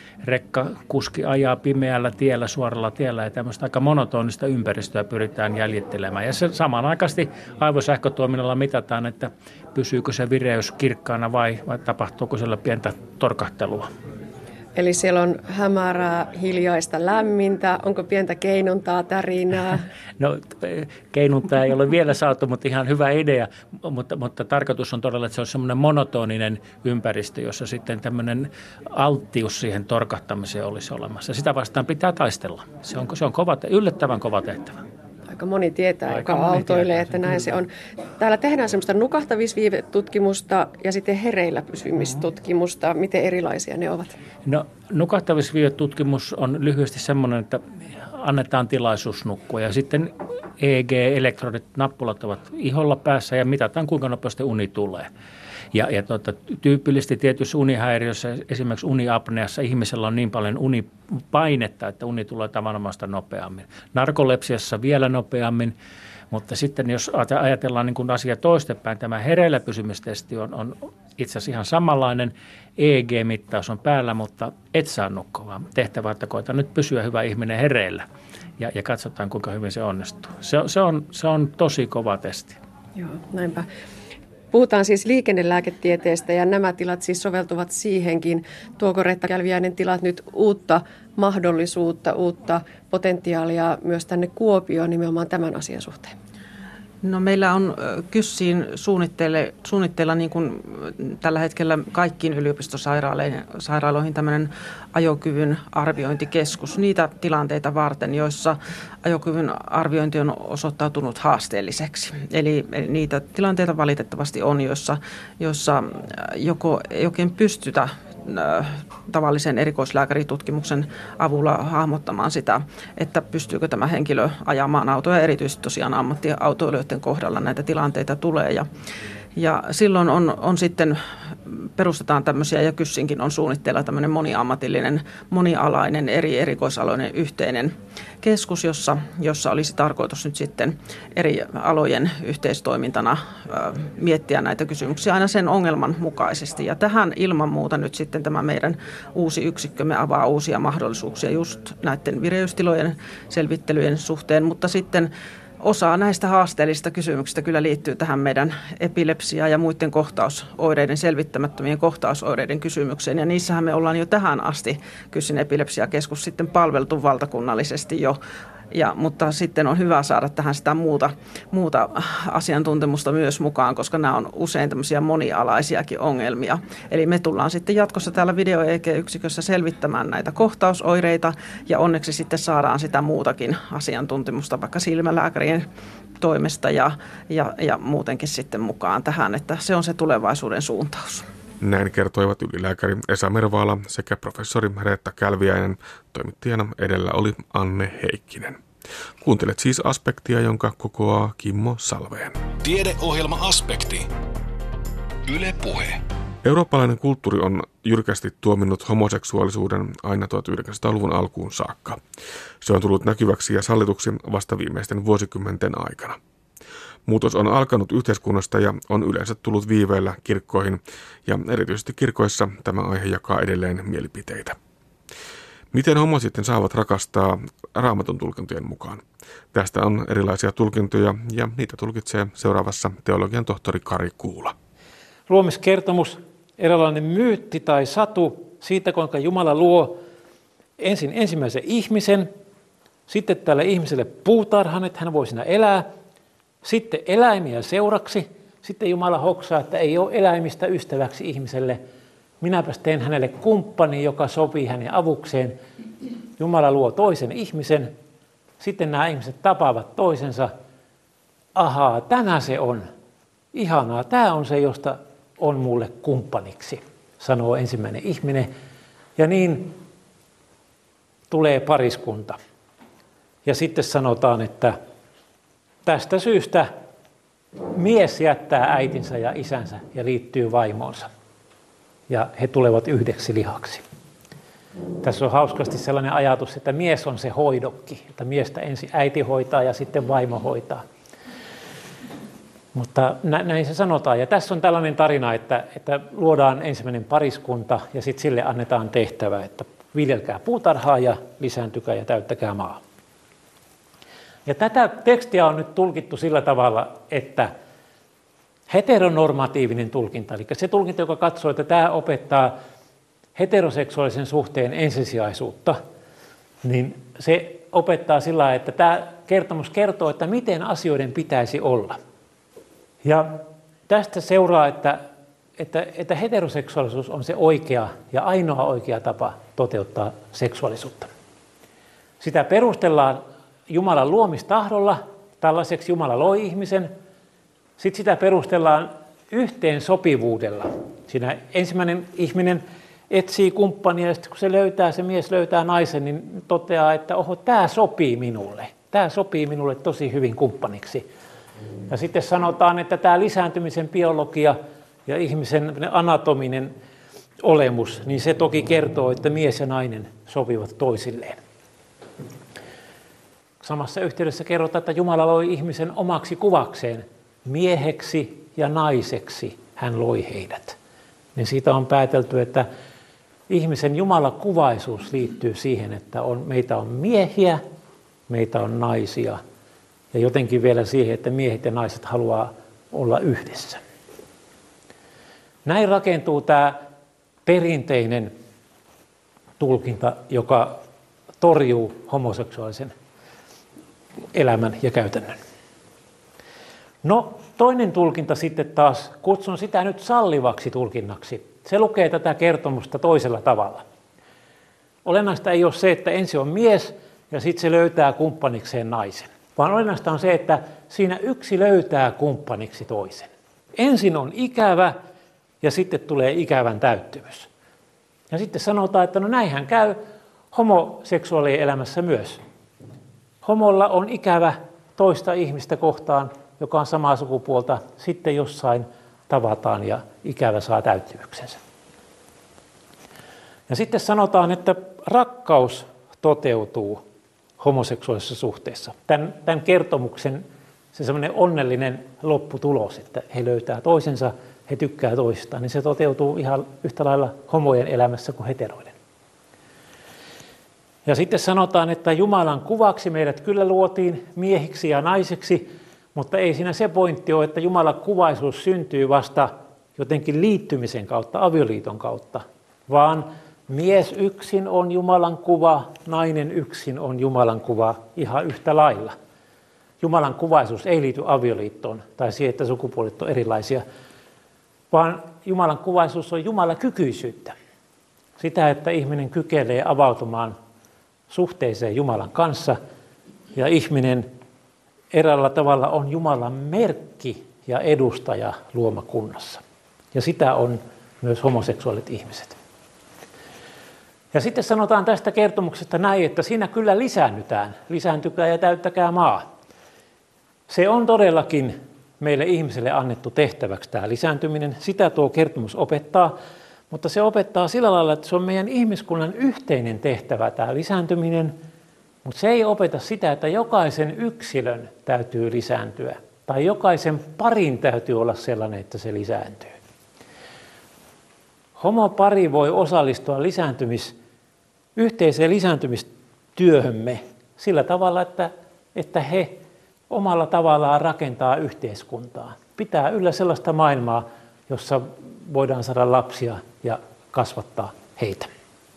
Rekkakuski ajaa pimeällä tiellä, suoralla tiellä, ja tämmöistä aika monotonista ympäristöä pyritään jäljittelemään. Ja se samanaikaisesti aivosähkötoiminnalla mitataan, että pysyykö se vireys kirkkaana vai, vai tapahtuuko siellä pientä torkahtelua. Eli siellä on hämärää, hiljaista, lämmintä. Onko pientä keinontaa, tärinää? No keinontaa ei ole vielä saatu, mutta ihan hyvä idea. Mutta, mutta tarkoitus on todella, että se on semmoinen monotoninen ympäristö, jossa sitten tämmöinen alttius siihen torkahtamiseen olisi olemassa. Sitä vastaan pitää taistella. Se on, se on kova, yllättävän kova tehtävä. Aika moni tietää, Aika joka moni autoilee, tietää, että näin kyllä. se on. Täällä tehdään semmoista nukahtavisviivetutkimusta ja sitten hereillä pysymistutkimusta. Miten erilaisia ne ovat? No nukahtavisviivetutkimus on lyhyesti semmoinen, että annetaan tilaisuus nukkua ja sitten E G-elektrodit, nappulat ovat iholla päässä ja mitataan kuinka nopeasti uni tulee. Ja, ja tuota, tyypillisesti tietyissä unihäiriössä, esimerkiksi uniapneassa, ihmisellä on niin paljon unipainetta, että uni tulee tavanomaista nopeammin. Narkolepsiassa vielä nopeammin, mutta sitten jos ajatellaan niin kuin asia toistepäin, tämä hereillä pysymistesti on, on itse asiassa ihan samanlainen. E E G-mittaus on päällä, mutta et saa nukkua, vaan tehtävä, että koita nyt pysyä hyvä ihminen hereillä ja, ja katsotaan, kuinka hyvin se onnistuu. Se, se, on, se on tosi kova testi. Joo, näinpä. Puhutaan siis liikennelääketieteestä ja nämä tilat siis soveltuvat siihenkin. Tuoko Reetta Kälviäinen tilat nyt uutta mahdollisuutta, uutta potentiaalia myös tänne Kuopioon nimenomaan tämän asian suhteen? No meillä on Kyssiin suunnitteilla niin kuin tällä hetkellä kaikkiin yliopistosairaaloihin tämmöinen ajokyvyn arviointikeskus. Niitä tilanteita varten, joissa ajokyvyn arviointi on osoittautunut haasteelliseksi. Eli niitä tilanteita valitettavasti on, joissa, joissa joko ei oikein pystytä tavallisen erikoislääkäritutkimuksen avulla hahmottamaan sitä, että pystyykö tämä henkilö ajamaan autoa. Erityisesti tosiaan ammattiautoilijoiden kohdalla näitä tilanteita tulee. Ja, ja silloin on, on sitten, perustetaan tämmöisiä, ja Kyssinkin on suunnitteilla tämmöinen moniammatillinen, monialainen, eri erikoisaloinen yhteinen keskus, jossa, jossa olisi tarkoitus nyt sitten eri alojen yhteistoimintana äh, miettiä näitä kysymyksiä aina sen ongelman mukaisesti. Ja tähän ilman muuta nyt sitten tämä meidän uusi yksikkömme avaa uusia mahdollisuuksia just näiden vireystilojen selvittelyjen suhteen, mutta sitten osa näistä haasteellisista kysymyksistä kyllä liittyy tähän meidän epilepsiaa ja muiden kohtausoireiden, selvittämättömien kohtausoireiden kysymykseen. Ja niissähän me ollaan jo tähän asti Kyssin epilepsiakeskus sitten palveltu valtakunnallisesti jo. Ja, mutta sitten on hyvä saada tähän sitä muuta, muuta asiantuntemusta myös mukaan, koska nämä on usein tämmöisiä monialaisiakin ongelmia. Eli me tullaan sitten jatkossa täällä video-E E G-yksikössä selvittämään näitä kohtausoireita ja onneksi sitten saadaan sitä muutakin asiantuntemusta vaikka silmälääkärien toimesta ja, ja, ja muutenkin sitten mukaan tähän, että se on se tulevaisuuden suuntaus. Näin kertoivat ylilääkäri Esa Mervaala sekä professori Reetta Kälviäinen. Toimittajana edellä oli Anne Heikkinen. Kuuntelet siis Aspektia, jonka kokoaa Kimmo Salveen. Tiedeohjelma Aspekti. Yle Puhe. Eurooppalainen kulttuuri on jyrkästi tuominnut homoseksuaalisuuden aina tuhatyhdeksänsataaluvun alkuun saakka. Se on tullut näkyväksi ja sallituksi vasta viimeisten vuosikymmenten aikana. Muutos on alkanut yhteiskunnasta ja on yleensä tullut viiveellä kirkkoihin, ja erityisesti kirkoissa tämä aihe jakaa edelleen mielipiteitä. Miten homot sitten saavat rakastaa Raamatun tulkintojen mukaan? Tästä on erilaisia tulkintoja, ja niitä tulkitsee seuraavassa teologian tohtori Kari Kuula. Luomiskertomus, eräänlainen myytti tai satu siitä, kuinka Jumala luo ensin ensimmäisen ihmisen, sitten tälle ihmiselle puutarhan, että hän voi siinä elää, sitten eläimiä seuraksi, sitten Jumala hoksaa, että ei ole eläimistä ystäväksi ihmiselle. Minäpäs teen hänelle kumppani, joka sopii hänen avukseen. Jumala luo toisen ihmisen, sitten nämä ihmiset tapaavat toisensa. Ahaa, tämä se on. Ihanaa, tämä on se, josta on mulle kumppaniksi, sanoo ensimmäinen ihminen. Ja niin tulee pariskunta. Ja sitten sanotaan, että tästä syystä mies jättää äitinsä ja isänsä ja liittyy vaimoonsa. Ja he tulevat yhdeksi lihaksi. Tässä on hauskasti sellainen ajatus, että mies on se hoidokki, että miestä ensin äiti hoitaa ja sitten vaimo hoitaa. Mutta näin se sanotaan. Ja tässä on tällainen tarina, että, että luodaan ensimmäinen pariskunta ja sitten sille annetaan tehtävä, että viljelkää puutarhaa ja lisääntykää ja täyttäkää maa. Ja tätä tekstiä on nyt tulkittu sillä tavalla, että heteronormatiivinen tulkinta, eli se tulkinta, joka katsoo, että tämä opettaa heteroseksuaalisen suhteen ensisijaisuutta, niin se opettaa sillä tavalla, että tämä kertomus kertoo, että miten asioiden pitäisi olla. Ja tästä seuraa, että, että, että heteroseksuaalisuus on se oikea ja ainoa oikea tapa toteuttaa seksuaalisuutta. Sitä perustellaan Jumalan luomistahdolla, tällaiseksi Jumala loi ihmisen. Sitten sitä perustellaan yhteen sopivuudella. Siinä ensimmäinen ihminen etsii kumppania ja sitten kun se löytää, se mies löytää naisen, niin toteaa, että oho, tämä sopii minulle. Tämä sopii minulle tosi hyvin kumppaniksi. Ja sitten sanotaan, että tämä lisääntymisen biologia ja ihmisen anatominen olemus, niin se toki kertoo, että mies ja nainen sopivat toisilleen. Samassa yhteydessä kerrotaan, että Jumala loi ihmisen omaksi kuvakseen. Mieheksi ja naiseksi hän loi heidät. Niin siitä on päätelty, että ihmisen jumalakuvaisuus liittyy siihen, että on, meitä on miehiä, meitä on naisia. Ja jotenkin vielä siihen, että miehet ja naiset haluaa olla yhdessä. Näin rakentuu tämä perinteinen tulkinta, joka torjuu homoseksuaalisen elämän ja käytännön. No toinen tulkinta sitten taas, kutsun sitä nyt sallivaksi tulkinnaksi. Se lukee tätä kertomusta toisella tavalla. Olennaista ei ole se, että ensin on mies ja sitten se löytää kumppanikseen naisen. Vaan olennaista on se, että siinä yksi löytää kumppaniksi toisen. Ensin on ikävä ja sitten tulee ikävän täyttymys. Ja sitten sanotaan, että no näinhän käy homoseksuaalien elämässä myös. Homolla on ikävä toista ihmistä kohtaan, joka on samaa sukupuolta, sitten jossain tavataan ja ikävä saa täyttymyksensä. Ja sitten sanotaan, että rakkaus toteutuu homoseksuaalisessa suhteessa. Tämän, tämän kertomuksen se semmoinen onnellinen lopputulos, että he löytää toisensa, he tykkää toisistaan, niin se toteutuu ihan yhtä lailla homojen elämässä kuin heteroiden. Ja sitten sanotaan, että Jumalan kuvaksi meidät kyllä luotiin miehiksi ja naisiksi, mutta ei siinä se pointti ole, että Jumalan kuvaisuus syntyy vasta jotenkin liittymisen kautta, avioliiton kautta, vaan mies yksin on Jumalan kuva, nainen yksin on Jumalan kuva ihan yhtä lailla. Jumalan kuvaisuus ei liity avioliittoon tai siihen, että sukupuolet on erilaisia, vaan Jumalan kuvaisuus on Jumalan kykyisyyttä. Sitä, että ihminen kykenee avautumaan suhteeseen Jumalan kanssa ja ihminen eräällä tavalla on Jumalan merkki ja edustaja luomakunnassa. Ja sitä on myös homoseksuaalit ihmiset. Ja sitten sanotaan tästä kertomuksesta näin, että siinä kyllä lisäännytään. Lisääntykää ja täyttäkää maa. Se on todellakin meille ihmiselle annettu tehtäväksi tämä lisääntyminen. Sitä tuo kertomus opettaa, mutta se opettaa sillä lailla, että se on meidän ihmiskunnan yhteinen tehtävä tämä lisääntyminen, mutta se ei opeta sitä, että jokaisen yksilön täytyy lisääntyä tai jokaisen parin täytyy olla sellainen, että se lisääntyy. Homopari voi osallistua lisääntymis, yhteiseen lisääntymistyöhömme sillä tavalla, että, että he omalla tavallaan rakentaa yhteiskuntaa. Pitää yllä sellaista maailmaa, jossa voidaan saada lapsia ja kasvattaa heitä.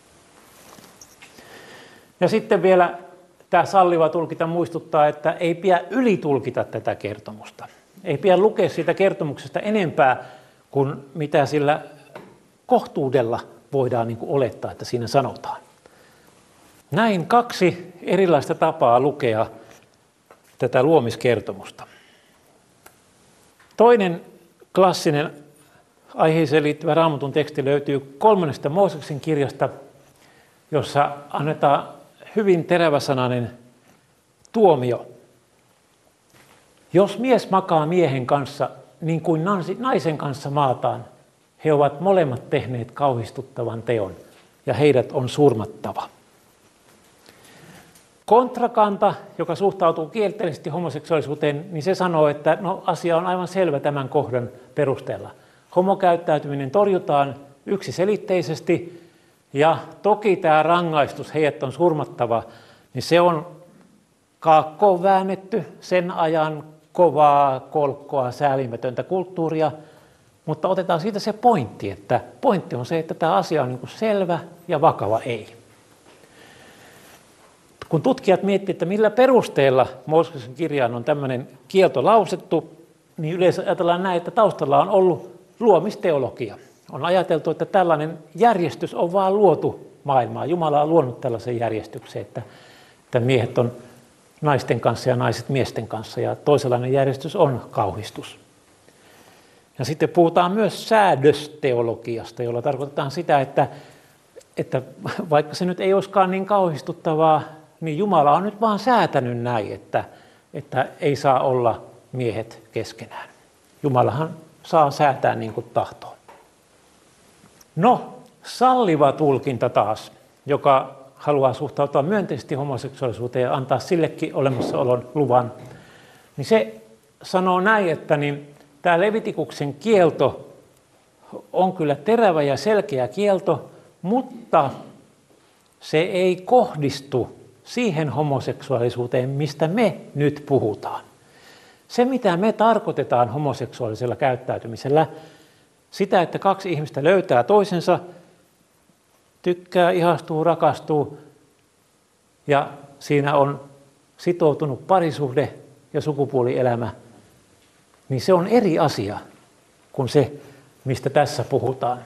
Ja sitten vielä tämä salliva tulkinta muistuttaa, että ei pidä ylitulkita tätä kertomusta. Ei pidä lukea siitä kertomuksesta enempää kuin mitä sillä kohtuudella voidaan niin kuin olettaa, että siinä sanotaan. Näin kaksi erilaista tapaa lukea tätä luomiskertomusta. Toinen klassinen aiheeseen liittyvä Raamatun teksti löytyy kolmannesta Mooseksen kirjasta, jossa annetaan hyvin teräväsanainen tuomio. Jos mies makaa miehen kanssa niin kuin naisen kanssa maataan, he ovat molemmat tehneet kauhistuttavan teon ja heidät on surmattava. Kontrakanta, joka suhtautuu kielteisesti homoseksuaalisuuteen, niin se sanoo, että no, asia on aivan selvä tämän kohdan perusteella. Homokäyttäytyminen torjutaan yksiselitteisesti ja toki tämä rangaistus, heidät on surmattava, niin se on kaakkoon väännetty sen ajan kovaa, kolkkoa, säälimätöntä kulttuuria, mutta otetaan siitä se pointti, että pointti on se, että tämä asia on niin kuin selvä ja vakava ei. Kun tutkijat miettivät, että millä perusteella Mooseksen kirjaan on tämmöinen kielto lausettu, niin yleensä ajatellaan näin, että taustalla on ollut luomisteologia. On ajateltu, että tällainen järjestys on vaan luotu maailmaan. Jumala on luonut tällaisen järjestyksen, että, että miehet on naisten kanssa ja naiset miesten kanssa, ja toisenlainen järjestys on kauhistus. Ja sitten puhutaan myös säädösteologiasta, jolla tarkoitetaan sitä, että, että vaikka se nyt ei olisikaan niin kauhistuttavaa, niin Jumala on nyt vaan säätänyt näin, että, että ei saa olla miehet keskenään. Jumalahan saa säätää niin kuin tahtoo. No, salliva tulkinta taas, joka haluaa suhtautua myönteisesti homoseksuaalisuuteen ja antaa sillekin olemassaolon luvan, niin se sanoo näin, että niin, tämä Levitikuksen kielto on kyllä terävä ja selkeä kielto, mutta se ei kohdistu siihen homoseksuaalisuuteen, mistä me nyt puhutaan. Se, mitä me tarkoitetaan homoseksuaalisella käyttäytymisellä, sitä, että kaksi ihmistä löytää toisensa, tykkää, ihastuu, rakastuu ja siinä on sitoutunut parisuhde ja sukupuolielämä, niin se on eri asia kuin se, mistä tässä puhutaan.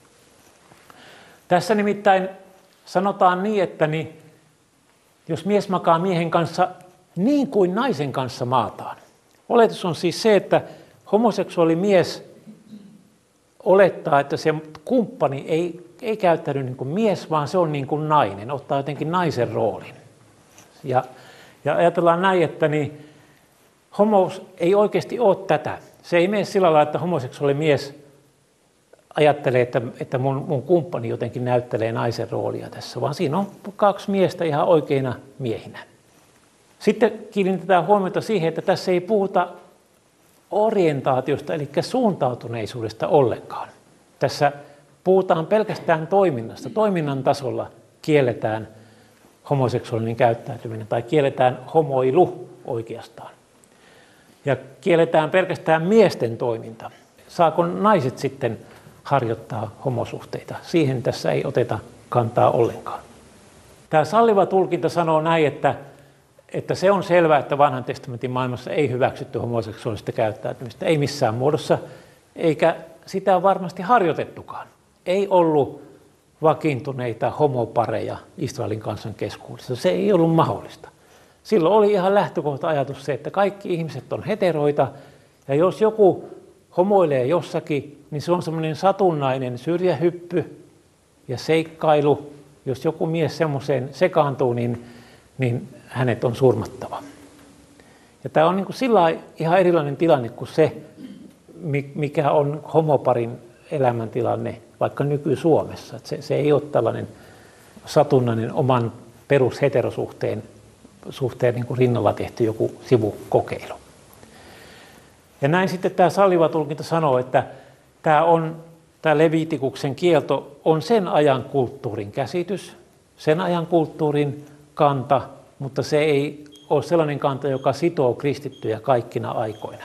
Tässä nimittäin sanotaan niin, että niin, jos mies makaa miehen kanssa niin kuin naisen kanssa maataan. Oletus on siis se, että homoseksuaali mies olettaa, että se kumppani ei, ei käyttäydy niin kuin mies, vaan se on niin kuin nainen, ottaa jotenkin naisen roolin. Ja, ja ajatellaan näin, että niin, homous ei oikeasti ole tätä. Se ei mene sillä lailla, että homoseksuaali mies ajattelee, että, että mun, mun kumppani jotenkin näyttelee naisen roolia tässä, vaan siinä on kaksi miestä ihan oikeina miehinä. Sitten kiinnitetään huomiota siihen, että tässä ei puhuta orientaatiosta, eli suuntautuneisuudesta ollenkaan. Tässä puhutaan pelkästään toiminnasta. Toiminnan tasolla kielletään homoseksuaalinen käyttäytyminen tai kielletään homoilu oikeastaan. Ja kielletään pelkästään miesten toiminta. Saako naiset sitten harjoittaa homosuhteita? Siihen tässä ei oteta kantaa ollenkaan. Tämä salliva tulkinta sanoo näin, että, että se on selvää, että vanhan testamentin maailmassa ei hyväksytty homoseksuaalista käyttäytymistä, ei missään muodossa, eikä sitä varmasti harjoitettukaan. Ei ollut vakiintuneita homopareja Israelin kansan keskuudessa. Se ei ollut mahdollista. Silloin oli ihan lähtökohta-ajatus se, että kaikki ihmiset on heteroita, ja jos joku homoilee jossakin, niin se on semmoinen satunnainen syrjähyppy ja seikkailu. Jos joku mies semmoiseen sekaantuu, niin, niin hänet on surmattava. Ja tämä on niin kuin sillä lailla ihan erilainen tilanne kuin se, mikä on homoparin elämäntilanne vaikka nyky-Suomessa. Se, se ei ole tällainen satunnainen oman perusheterosuhteen suhteen niin kuin rinnalla tehty joku sivukokeilu. Ja näin sitten tämä salliva tulkinta sanoo, että tämä, on, tämä Levitikuksen kielto on sen ajan kulttuurin käsitys, sen ajan kulttuurin kanta, mutta se ei ole sellainen kanta, joka sitoo kristittyjä kaikkina aikoina.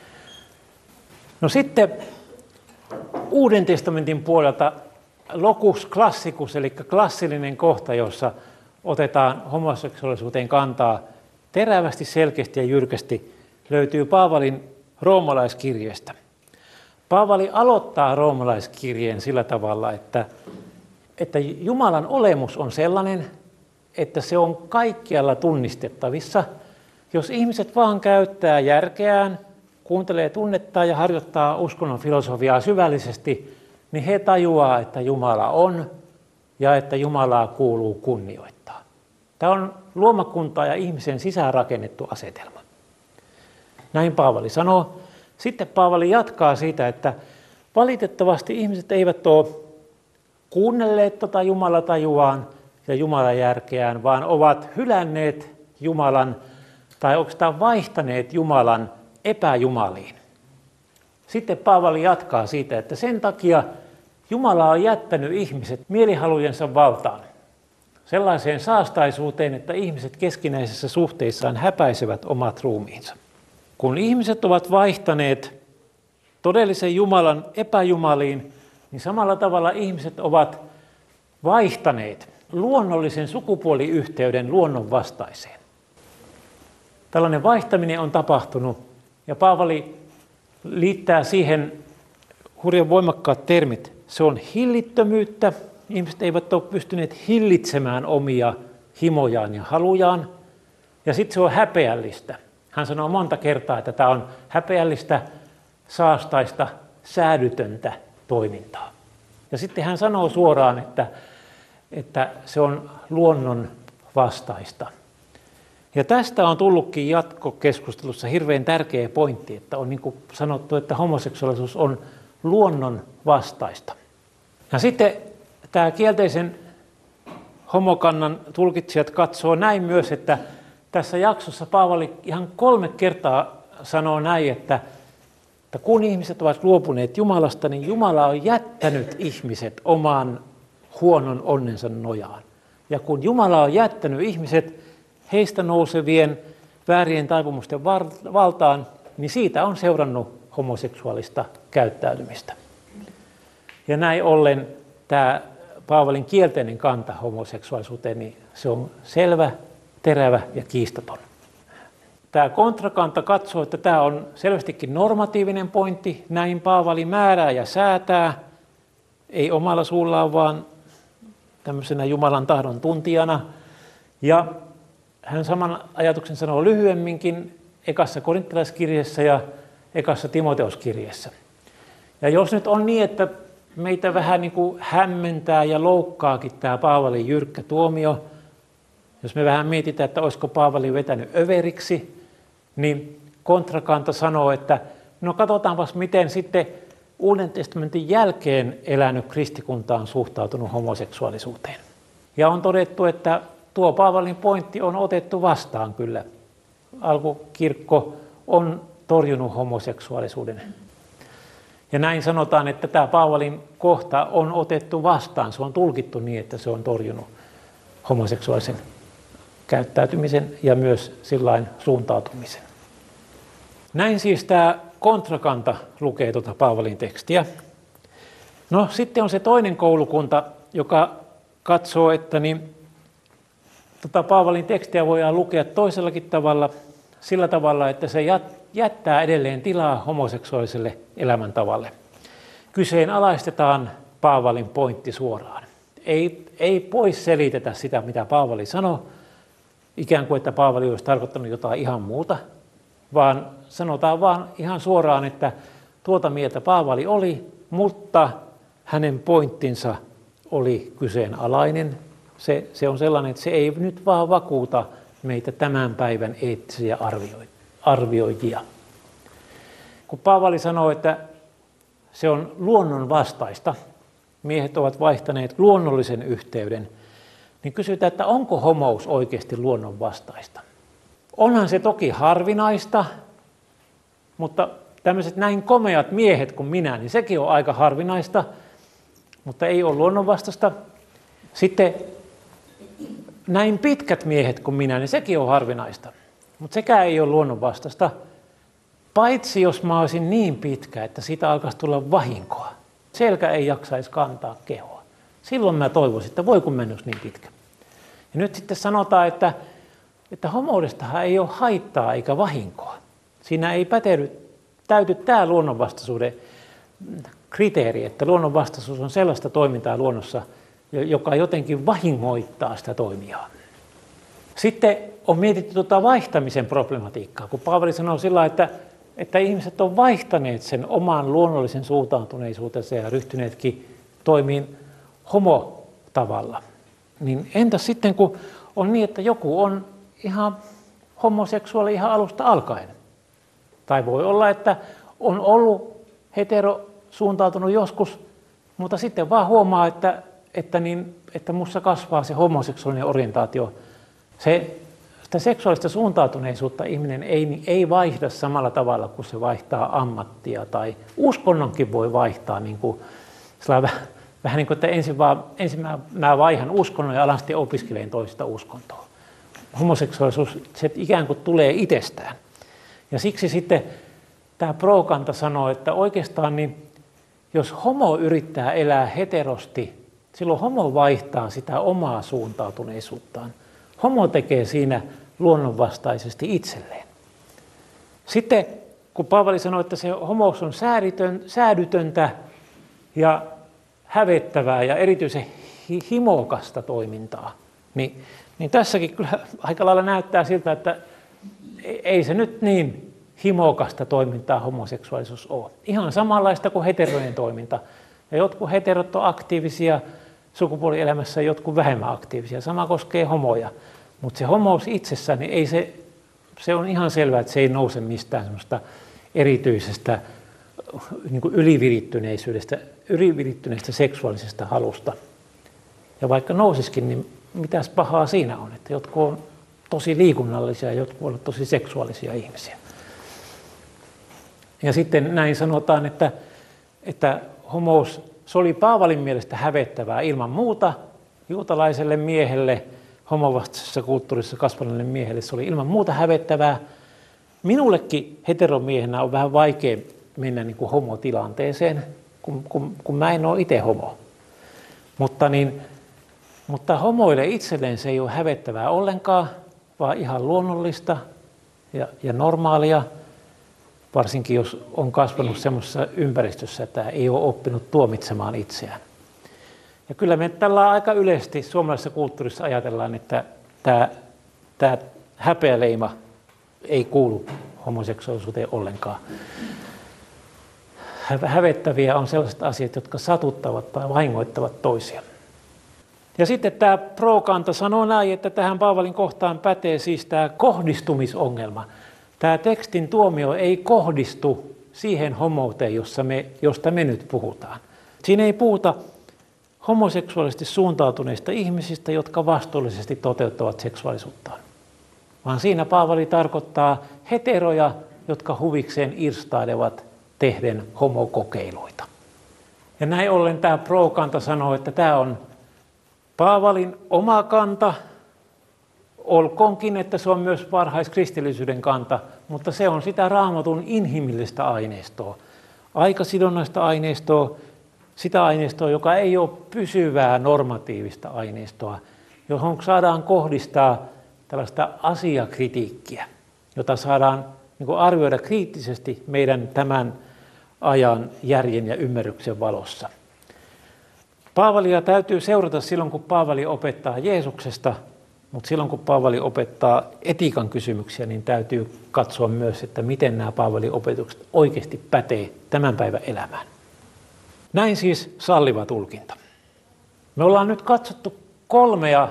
No sitten Uuden testamentin puolelta locus classicus, eli klassillinen kohta, jossa otetaan homoseksuaalisuuteen kantaa terävästi, selkeästi ja jyrkästi, löytyy Paavalin roomalaiskirjeestä. Paavali aloittaa roomalaiskirjeen sillä tavalla, että, että Jumalan olemus on sellainen, että se on kaikkialla tunnistettavissa. Jos ihmiset vaan käyttää järkeään, kuuntelee tunnettaan ja harjoittaa uskonnon filosofiaa syvällisesti, niin he tajuaa, että Jumala on ja että Jumalaa kuuluu kunnioittaa. Tämä on luomakuntaa ja ihmisen sisäänrakennettu asetelma. Näin Paavali sanoo. Sitten Paavali jatkaa siitä, että valitettavasti ihmiset eivät ole kuunnelleet tuota Jumalatajuaan ja Jumalan järkeään, vaan ovat hylänneet Jumalan tai oikeastaan vaihtaneet Jumalan epäjumaliin. Sitten Paavali jatkaa siitä, että sen takia Jumala on jättänyt ihmiset mielihalujensa valtaan, sellaiseen saastaisuuteen, että ihmiset keskinäisissä suhteissaan häpäisevät omat ruumiinsa. Kun ihmiset ovat vaihtaneet todellisen Jumalan epäjumaliin, niin samalla tavalla ihmiset ovat vaihtaneet luonnollisen sukupuoliyhteyden luonnonvastaiseen. Tällainen vaihtaminen on tapahtunut, ja Paavali liittää siihen hurjan voimakkaat termit. Se on hillittömyyttä. Ihmiset eivät ole pystyneet hillitsemään omia himojaan ja halujaan. Ja sitten se on häpeällistä. Hän sanoo monta kertaa, että tämä on häpeällistä, saastaista, säädytöntä toimintaa. Ja sitten hän sanoo suoraan, että, että se on luonnon vastaista. Ja tästä on tullutkin jatkokeskustelussa hirveän tärkeä pointti, että on niin kuin sanottu, että homoseksuaalisuus on luonnon vastaista. Ja sitten tämä kielteisen homokannan tulkitsijat katsoo näin myös, että tässä jaksossa Paavali ihan kolme kertaa sanoo näin, että, että kun ihmiset ovat luopuneet Jumalasta, niin Jumala on jättänyt ihmiset oman huonon onnensa nojaan. Ja kun Jumala on jättänyt ihmiset heistä nousevien väärien taipumusten valtaan, niin siitä on seurannut homoseksuaalista käyttäytymistä. Ja näin ollen tämä Paavalin kielteinen kanta homoseksuaalisuuteen, niin se on selvä, terävä ja kiistaton. Tämä kontrakanta katsoo, että tämä on selvästikin normatiivinen pointti, näin Paavali määrää ja säätää, ei omalla suullaan, vaan tämmöisenä Jumalan tahdon tuntijana. Ja hän saman ajatuksen sanoo lyhyemminkin ekassa korinttilaiskirjeessä ja ekassa Timoteuskirjeessä. Ja jos nyt on niin, että meitä vähän niin kuin hämmentää ja loukkaakin tämä Paavalin jyrkkä tuomio, jos me vähän mietitään, että olisiko Paavali vetänyt överiksi, niin kontrakanta sanoo, että no katsotaanpas miten sitten Uuden testamentin jälkeen elänyt kristikunta on suhtautunut homoseksuaalisuuteen. Ja on todettu, että tuo Paavalin pointti on otettu vastaan kyllä. Alkukirkko on torjunut homoseksuaalisuuden. Ja näin sanotaan, että tämä Paavalin kohta on otettu vastaan. Se on tulkittu niin, että se on torjunut homoseksuaalisen käyttäytymisen ja myös sillain suuntautumisen. Näin siis tämä kontrakanta lukee tuota Paavalin tekstiä. No sitten on se toinen koulukunta, joka katsoo, että niin, tuota Paavalin tekstiä voidaan lukea toisellakin tavalla, sillä tavalla, että se jättää edelleen tilaa homoseksuaaliselle elämäntavalle. Kyseenalaistetaan Paavalin pointti suoraan. Ei, ei pois selitetä sitä, mitä Paavali sanoi, ikään kuin, että Paavali olisi tarkoittanut jotain ihan muuta, vaan sanotaan vaan ihan suoraan, että tuota mieltä Paavali oli, mutta hänen pointtinsa oli kyseenalainen. Se, se on sellainen, että se ei nyt vaan vakuuta meitä tämän päivän eettisiä arvioijia. Kun Paavali sanoo, että se on luonnon vastaista, miehet ovat vaihtaneet luonnollisen yhteyden, niin kysytään, että onko homous oikeasti luonnon vastaista? Onhan se toki harvinaista, mutta tämmöiset näin komeat miehet kuin minä, niin sekin on aika harvinaista, mutta ei ole luonnonvastaista. Sitten näin pitkät miehet kuin minä, niin sekin on harvinaista, mutta sekään ei ole luonnonvastaista, paitsi jos mä olisin niin pitkä, että siitä alkaisi tulla vahinkoa. Selkä ei jaksaisi kantaa kehoa. Silloin mä toivoisin, että voi kun mennys niin pitkä. Ja nyt sitten sanotaan, että, että homoudestahan ei ole haittaa eikä vahinkoa. Siinä ei pätevy, täyty tämä luonnonvastaisuuden kriteeri, että luonnonvastaisuus on sellaista toimintaa luonnossa, joka jotenkin vahingoittaa sitä toimijaa. Sitten on mietitty tuota vaihtamisen problematiikkaa, kun Paavali sanoo sillä, että, että ihmiset on vaihtaneet sen oman luonnollisen suuntautuneisuutensa ja ryhtyneetkin toimiin homotavalla. Niin entäs sitten, kun on niin, että joku on ihan homoseksuaali ihan alusta alkaen? Tai voi olla, että on ollut heterosuuntautunut joskus, mutta sitten vaan huomaa, että, että, niin, että musta kasvaa se homoseksuaalinen orientaatio. Se, sitä seksuaalista suuntautuneisuutta ihminen ei, ei vaihda samalla tavalla kuin se vaihtaa ammattia tai uskonnonkin voi vaihtaa. Niin kuin, vähän, vähän niin kuin, että ensin, vaan, ensin mä, mä vaihan uskonnon ja alan sitten opiskelen toista uskontoa. Homoseksuaalisuus se ikään kuin tulee itsestään. Ja siksi sitten tämä pro-kanta sanoo, että oikeastaan niin, jos homo yrittää elää heterosti, silloin homo vaihtaa sitä omaa suuntautuneisuuttaan. Homo tekee siinä luonnonvastaisesti itselleen. Sitten kun Paavali sanoi, että se homous on säädytön, säädytöntä ja hävettävää ja erityisen himokasta toimintaa, niin, niin tässäkin kyllä aika lailla näyttää siltä, että ei se nyt niin himokasta toimintaa homoseksuaalisuus ole. Ihan samanlaista kuin heterojen toiminta. Ja jotkut heterot on aktiivisia sukupuolielämässä ja jotkut vähemmän aktiivisia. Sama koskee homoja. Mutta se homous itsessään, niin ei se, se on ihan selvää, että se ei nouse mistään semmoista erityisestä niin kuin ylivirittyneisyydestä, ylivirittyneestä seksuaalisesta halusta. Ja vaikka nousisikin, niin mitäs pahaa siinä on, että jotkut on tosi liikunnallisia ja jotkut ovat tosi seksuaalisia ihmisiä. Ja sitten näin sanotaan, että, että homous, se oli Paavalin mielestä hävettävää ilman muuta juutalaiselle miehelle, homovastaisessa kulttuurissa kasvaneelle miehelle, se oli ilman muuta hävettävää. Minullekin heteromiehenä on vähän vaikea mennä niin kuin homotilanteeseen, kun, kun, kun mä en ole itse homo. Mutta, niin, mutta homoille itselleen se ei ole hävettävää ollenkaan, vaan ihan luonnollista ja, ja normaalia, varsinkin jos on kasvanut semmoisessa ympäristössä, että ei ole oppinut tuomitsemaan itseään. Ja kyllä me tällä aika yleisesti suomalaisessa kulttuurissa ajatellaan, että tämä, tämä häpeäleima ei kuulu homoseksuaalisuuteen ollenkaan. Hävettäviä on sellaiset asiat, jotka satuttavat tai vahingoittavat toisia. Ja sitten tämä pro-kanta sanoo näin, että tähän Paavalin kohtaan pätee siis tämä kohdistumisongelma. Tämä tekstin tuomio ei kohdistu siihen homouteen, jossa me, josta me nyt puhutaan. Siinä ei puhuta homoseksuaalisesti suuntautuneista ihmisistä, jotka vastuullisesti toteuttavat seksuaalisuuttaan. Vaan siinä Paavali tarkoittaa heteroja, jotka huvikseen irstailevat tehden homokokeiluita. Ja näin ollen tämä pro-kanta sanoo, että tämä on Paavalin oma kanta, olkoonkin, että se on myös varhaiskristillisyyden kanta, mutta se on sitä Raamatun inhimillistä aineistoa, aikasidonnaista aineistoa, sitä aineistoa, joka ei ole pysyvää normatiivista aineistoa, johon saadaan kohdistaa tällaista asiakritiikkiä, jota saadaan niin kuin arvioida kriittisesti meidän tämän ajan järjen ja ymmärryksen valossa. Paavalia täytyy seurata silloin, kun Paavali opettaa Jeesuksesta, mutta silloin, kun Paavali opettaa etiikan kysymyksiä, niin täytyy katsoa myös, että miten nämä Paavalin opetukset oikeasti pätee tämän päivän elämään. Näin siis salliva tulkinta. Me ollaan nyt katsottu kolmea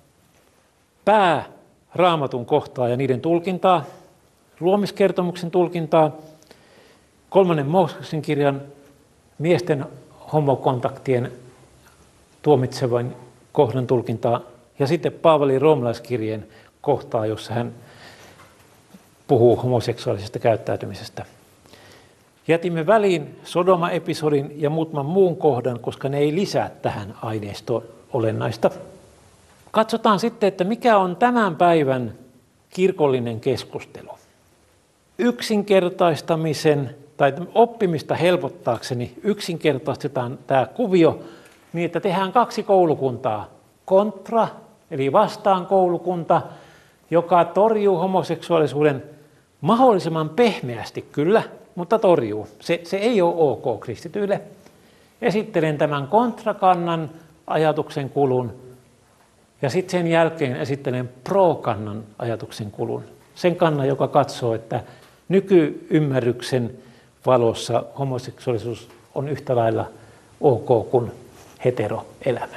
pääraamatun kohtaa ja niiden tulkintaa, luomiskertomuksen tulkintaa, kolmannen Mooseksen kirjan miesten homokontaktien tuomitsevan kohdan tulkintaa ja sitten Paavalin roomalaiskirjeen kohtaa, jossa hän puhuu homoseksuaalisesta käyttäytymisestä. Jätimme väliin Sodoma-episodin ja muutaman muun kohdan, koska ne ei lisää tähän aineistoon olennaista. Katsotaan sitten, että mikä on tämän päivän kirkollinen keskustelu. Yksinkertaistamisen tai oppimista helpottaakseni yksinkertaistetaan tämä kuvio niin, että tehdään kaksi koulukuntaa. Kontra, eli vastaan koulukunta, joka torjuu homoseksuaalisuuden mahdollisimman pehmeästi kyllä, mutta torjuu. Se, se ei ole ok kristityille. Esittelen tämän kontrakannan ajatuksen kulun ja sitten sen jälkeen esittelen pro-kannan ajatuksen kulun. Sen kannan, joka katsoo, että nykyymmärryksen valossa homoseksuaalisuus on yhtä lailla ok kuin heteroelämä.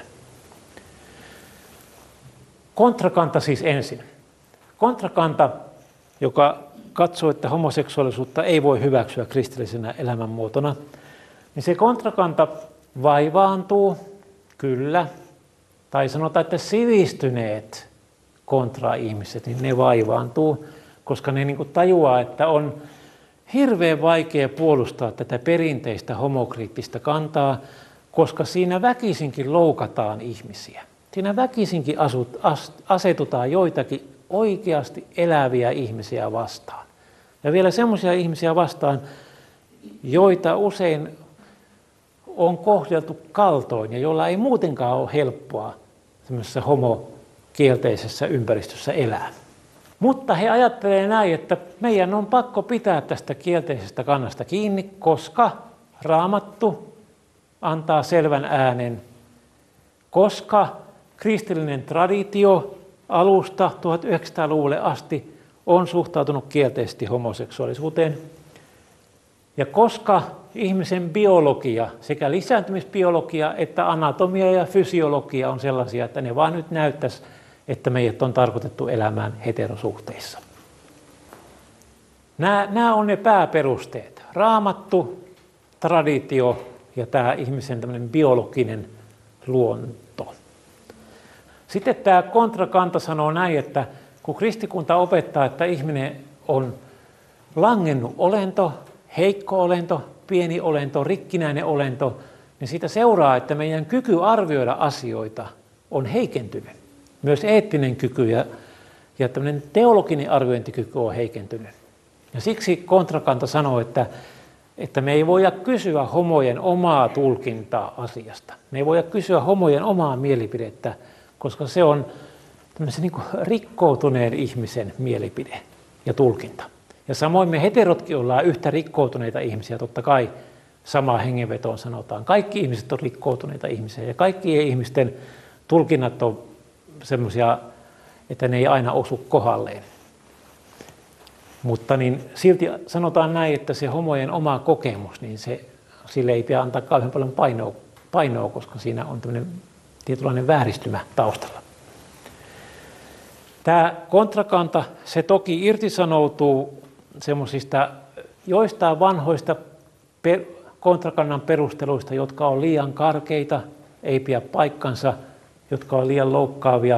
Kontrakanta siis ensin. Kontrakanta, joka katsoo, että homoseksuaalisuutta ei voi hyväksyä kristillisenä elämänmuotona, niin se kontrakanta vaivaantuu, kyllä, tai sanotaan, että sivistyneet kontra-ihmiset, niin ne vaivaantuu, koska ne niin kuin tajuaa, että on hirveän vaikea puolustaa tätä perinteistä homokriittistä kantaa, koska siinä väkisinkin loukataan ihmisiä. Siinä väkisinkin asut, as, asetutaan joitakin oikeasti eläviä ihmisiä vastaan. Ja vielä semmoisia ihmisiä vastaan, joita usein on kohdeltu kaltoin ja joilla ei muutenkaan ole helppoa semmoisessa homokielteisessä ympäristössä elää. Mutta he ajattelevat näin, että meidän on pakko pitää tästä kielteisestä kannasta kiinni, koska Raamattu antaa selvän äänen, koska kristillinen traditio alusta tuhatyhdeksänsataaluvulle asti on suhtautunut kielteisesti homoseksuaalisuuteen. Ja koska ihmisen biologia, sekä lisääntymisbiologia että anatomia ja fysiologia on sellaisia, että ne vaan nyt näyttäisi, että meidät on tarkoitettu elämään heterosuhteissa. Nämä, nämä on ne pääperusteet. Raamattu, traditio ja tämä ihmisen tämmöinen biologinen luonto. Sitten tämä kontrakanta sanoo näin, että kun kristikunta opettaa, että ihminen on langennut olento, heikko olento, pieni olento, rikkinäinen olento, niin siitä seuraa, että meidän kyky arvioida asioita on heikentynyt. Myös eettinen kyky ja, ja tämmöinen teologinen arviointikyky on heikentynyt. Ja siksi kontrakanta sanoo, että, että me ei voida kysyä homojen omaa tulkintaa asiasta. Me ei voida kysyä homojen omaa mielipidettä, koska se on tämmöisen niin kuin rikkoutuneen ihmisen mielipide ja tulkinta. Ja samoin me heterotkin ollaan yhtä rikkoutuneita ihmisiä, totta kai samaa hengenvetoon sanotaan. Kaikki ihmiset on rikkoutuneita ihmisiä ja kaikkien ihmisten tulkinnat on semmoisia, että ne ei aina osu kohdalleen. Mutta niin silti sanotaan näin, että se homojen oma kokemus, niin se, sille ei pidä antaa kauhean paljon painoa, painoa, koska siinä on tämmöinen tietynlainen vääristymä taustalla. Tämä kontrakanta, se toki irtisanoutuu semmoisista joistain vanhoista per, kontrakannan perusteluista, jotka on liian karkeita, ei pidä paikkansa, jotka on liian loukkaavia.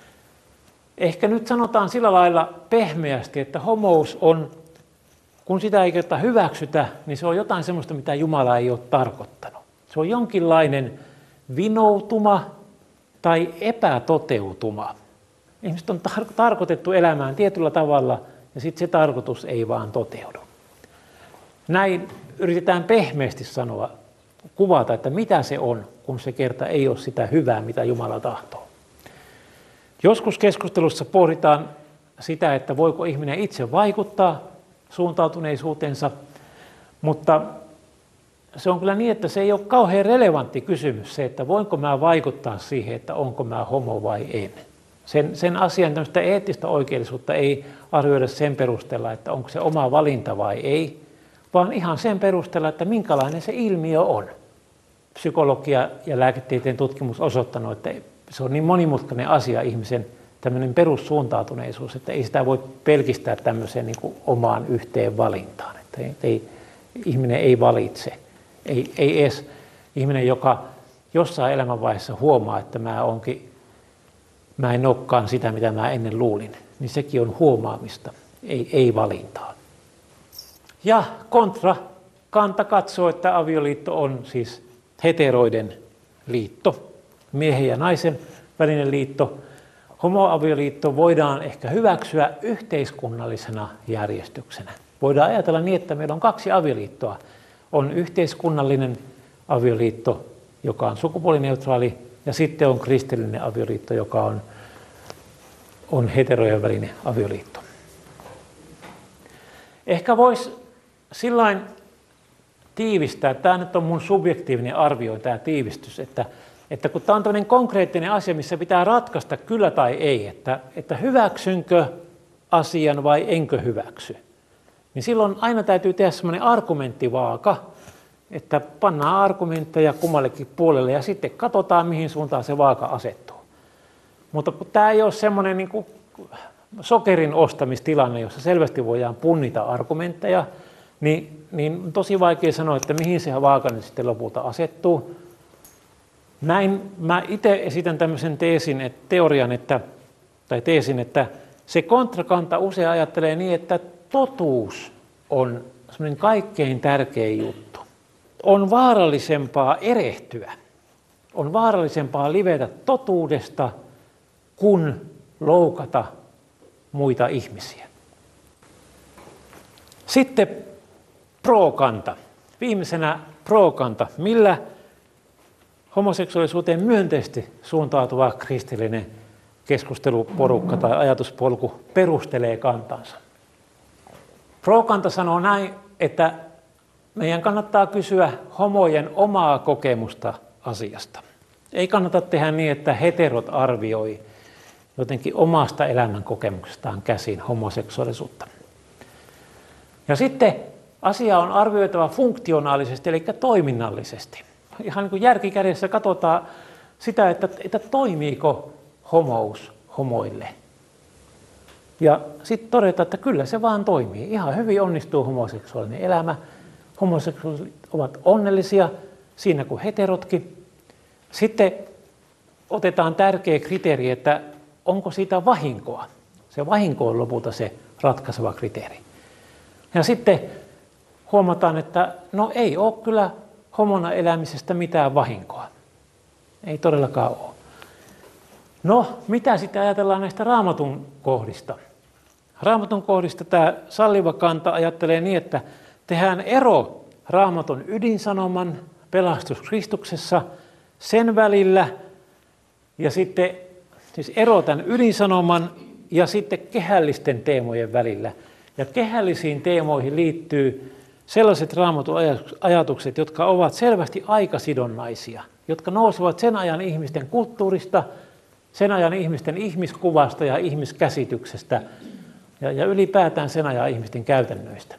Ehkä nyt sanotaan sillä lailla pehmeästi, että homous on, kun sitä ei kerta hyväksytä, niin se on jotain semmoista, mitä Jumala ei ole tarkoittanut. Se on jonkinlainen vinoutuma tai epätoteutuma. Ihmiset on tar- tarkoitettu elämään tietyllä tavalla, ja sitten se tarkoitus ei vaan toteudu. Näin yritetään pehmeästi sanoa, kuvata, että mitä se on, kun se kerta ei ole sitä hyvää, mitä Jumala tahtoo. Joskus keskustelussa pohditaan sitä, että voiko ihminen itse vaikuttaa suuntautuneisuutensa, mutta se on kyllä niin, että se ei ole kauhean relevantti kysymys se, että voinko mä vaikuttaa siihen, että onko mä homo vai en. Sen, sen asian tämmöistä eettistä oikeellisuutta ei arvioida sen perusteella, että onko se oma valinta vai ei, vaan ihan sen perusteella, että minkälainen se ilmiö on. Psykologia ja lääketieteen tutkimus osoittanut, että se on niin monimutkainen asia ihmisen tämmöinen perussuuntautuneisuus, että ei sitä voi pelkistää tämmöiseen niin kuin omaan yhteen valintaan. Että ei, ei, ihminen ei valitse. Ei, ei edes ihminen, joka jossain elämänvaiheessa huomaa, että mä, onkin, mä en olekaan sitä, mitä mä ennen luulin, niin sekin on huomaamista, ei, ei valintaa. Ja kontrakanta katsoo, että avioliitto on siis heteroiden liitto, miehen ja naisen välinen liitto. Homoavioliitto voidaan ehkä hyväksyä yhteiskunnallisena järjestyksenä. Voidaan ajatella niin, että meillä on kaksi avioliittoa. On yhteiskunnallinen avioliitto, joka on sukupuolineutraali, ja sitten on kristillinen avioliitto, joka on, on heterojen välinen avioliitto. Ehkä voisi sillain tiivistää, tämä nyt on mun subjektiivinen arvio, tämä tiivistys, että, että kun tämä on tämmöinen konkreettinen asia, missä pitää ratkaista kyllä tai ei, että, että hyväksynkö asian vai enkö hyväksy, niin silloin aina täytyy tehdä semmoinen argumenttivaaka, että pannaan argumentteja kummallekin puolelle ja sitten katsotaan, mihin suuntaan se vaaka asettuu. Mutta kun tämä ei ole semmoinen niin kuin sokerin ostamistilanne, jossa selvästi voidaan punnita argumentteja, niin, niin on tosi vaikea sanoa, että mihin se vaaka nyt sitten lopulta asettuu. Näin mä itse esitän tämmöisen teesin, että, teorian, että, tai teesin, että se kontrakanta usein ajattelee niin, että totuus on semmoinen kaikkein tärkein juttu. On vaarallisempaa erehtyä, on vaarallisempaa livetä totuudesta kuin loukata muita ihmisiä. Sitten pro-kanta. Viimeisenä pro-kanta. Millä homoseksuaalisuuteen myönteisesti suuntautuva kristillinen keskusteluporukka tai ajatuspolku perustelee kantansa? Pro-kanta sanoo näin, että meidän kannattaa kysyä homojen omaa kokemusta asiasta. Ei kannata tehdä niin, että heterot arvioi jotenkin omasta elämän kokemuksestaan käsin homoseksuaalisuutta. Ja sitten asia on arvioitava funktionaalisesti, eli toiminnallisesti. Ihan niin kuin järkikädessä katsotaan sitä, että, että toimiiko homous homoille. Ja sitten todetaan, että kyllä se vaan toimii. Ihan hyvin onnistuu homoseksuaalinen elämä. Homoseksuaalit ovat onnellisia siinä kuin heterotkin. Sitten otetaan tärkeä kriteeri, että onko siitä vahinkoa. Se vahinko on lopulta se ratkaiseva kriteeri. Ja sitten huomataan, että no ei ole kyllä homona elämisestä mitään vahinkoa. Ei todellakaan ole. No, mitä sitten ajatellaan näistä Raamatun kohdista? Raamatun kohdista tämä salliva kanta ajattelee niin, että tehdään ero Raamatun ydinsanoman pelastus Kristuksessa sen välillä ja sitten siis ero tämän ydinsanoman ja sitten kehällisten teemojen välillä. Ja kehällisiin teemoihin liittyy sellaiset Raamatun ajatukset, jotka ovat selvästi aikasidonnaisia, jotka nousevat sen ajan ihmisten kulttuurista, sen ajan ihmisten ihmiskuvasta ja ihmiskäsityksestä ja, ja ylipäätään sen ajan ihmisten käytännöistä.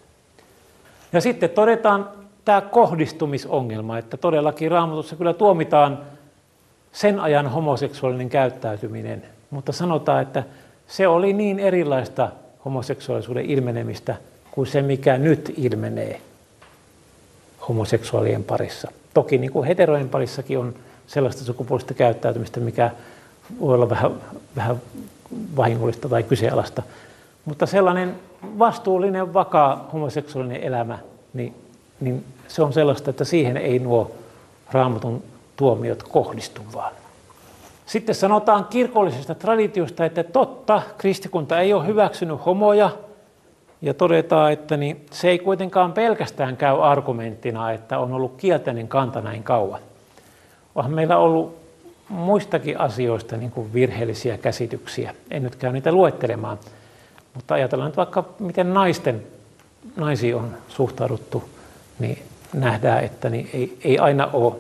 Ja sitten todetaan tämä kohdistumisongelma, että todellakin Raamatussa kyllä tuomitaan sen ajan homoseksuaalinen käyttäytyminen, mutta sanotaan, että se oli niin erilaista homoseksuaalisuuden ilmenemistä kuin se, mikä nyt ilmenee homoseksuaalien parissa. Toki niin kuin heterojen parissakin on sellaista sukupuolista käyttäytymistä, mikä voi olla vähän, vähän vahingollista tai kyseenalaista. Mutta sellainen vastuullinen, vakaa homoseksuaalinen elämä, niin, niin se on sellaista, että siihen ei nuo Raamatun tuomiot kohdistu vaan. Sitten sanotaan kirkollisesta traditiosta, että totta, kristikunta ei ole hyväksynyt homoja, ja todetaan, että niin se ei kuitenkaan pelkästään käy argumenttina, että on ollut kielteinen kanta näin kauan. Onhan meillä ollut muistakin asioista niin kuin virheellisiä käsityksiä. En nyt käy niitä luettelemaan, mutta ajatellaan nyt vaikka, miten naisten, naisiin on suhtauduttu, niin nähdään, että niin ei, ei aina ole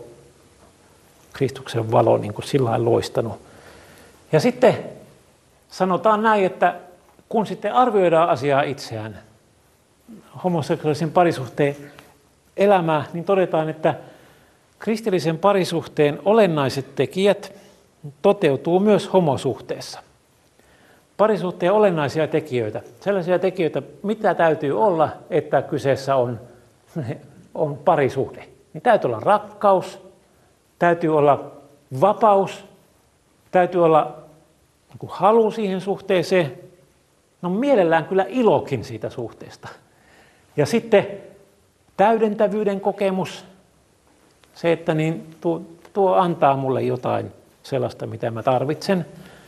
Kristuksen valo niin kuin sillä lailla loistanut. Ja sitten sanotaan näin, että kun sitten arvioidaan asiaa itseään, homoseksuaalisen parisuhteen elämää, niin todetaan, että kristillisen parisuhteen olennaiset tekijät toteutuu myös homosuhteessa. Parisuhteen olennaisia tekijöitä, sellaisia tekijöitä, mitä täytyy olla, että kyseessä on, on parisuhde. Niin täytyy olla rakkaus, täytyy olla vapaus, täytyy olla niin kuin halu siihen suhteeseen, no mielellään kyllä ilokin siitä suhteesta. Ja sitten täydentävyyden kokemus, se, että niin tuo, tuo antaa mulle jotain sellaista, mitä mä tarvitsen.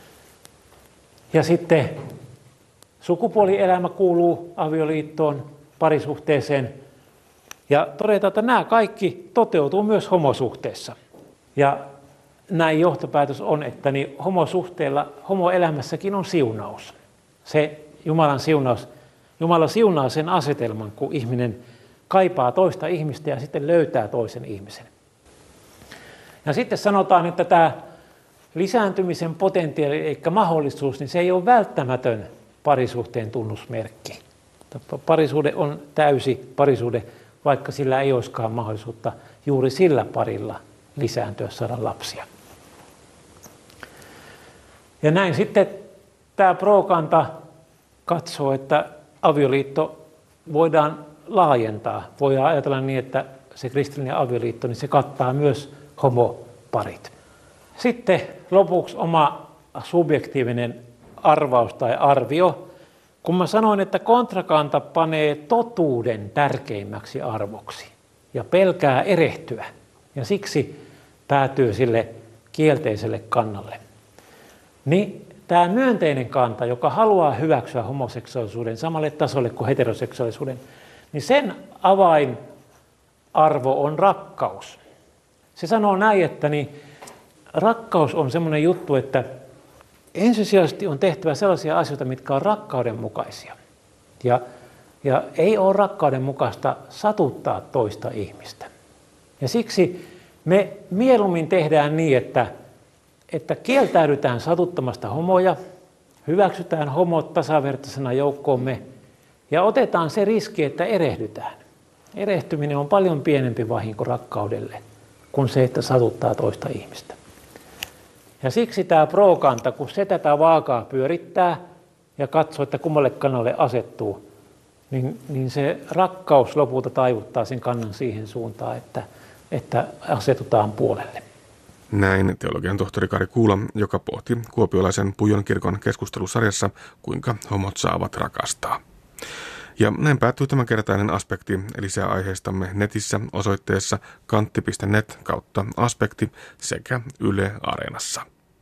Ja sitten sukupuolielämä kuuluu avioliittoon, parisuhteeseen. Ja todetaan, että nämä kaikki toteutuu myös homosuhteessa. Ja näin johtopäätös on, että niin homosuhteella, homoelämässäkin on siunaus. Se Jumalan siunaus, Jumala siunaa sen asetelman, kun ihminen kaipaa toista ihmistä ja sitten löytää toisen ihmisen. Ja sitten sanotaan, että tämä lisääntymisen potentiaali, eli mahdollisuus, niin se ei ole välttämätön parisuhteen tunnusmerkki. Parisuhde on täysi parisuhde, vaikka sillä ei olisikaan mahdollisuutta juuri sillä parilla lisääntyä, saada lapsia. Ja näin sitten tämä pro-kanta katsoo, että avioliitto voidaan laajentaa. Voidaan ajatella niin, että se kristillinen avioliitto, niin se kattaa myös homoparit. Sitten lopuksi oma subjektiivinen arvaus tai arvio. Kun mä sanoin, että kontrakanta panee totuuden tärkeimmäksi arvoksi ja pelkää erehtyä ja siksi päätyy sille kielteiselle kannalle, niin tämä myönteinen kanta, joka haluaa hyväksyä homoseksuaalisuuden samalle tasolle kuin heteroseksuaalisuuden, niin sen avainarvo on rakkaus. Se sanoo näin, että niin rakkaus on semmoinen juttu, että ensisijaisesti on tehtävä sellaisia asioita, mitkä on rakkauden mukaisia. Ja, ja ei ole rakkauden mukaista satuttaa toista ihmistä. Ja siksi me mieluummin tehdään niin, että, että kieltäydytään satuttamasta homoja, hyväksytään homot tasavertaisena joukkoomme ja otetaan se riski, että erehdytään. Erehtyminen on paljon pienempi vahinko rakkaudelle kuin se, että satuttaa toista ihmistä. Ja siksi tämä pro-kanta, kun se tätä vaakaa pyörittää ja katsoo, että kummalle kannalle asettuu, niin, niin se rakkaus lopulta taivuttaa sen kannan siihen suuntaan, että, että asetutaan puolelle. Näin teologian tohtori Kari Kuula, joka pohti kuopiolaisen Pujon kirkon keskustelusarjassa, kuinka homot saavat rakastaa. Ja näin päättyy tämänkertainen aspekti, lisää aiheistamme netissä osoitteessa kantti piste net kautta aspekti sekä Yle Areenassa.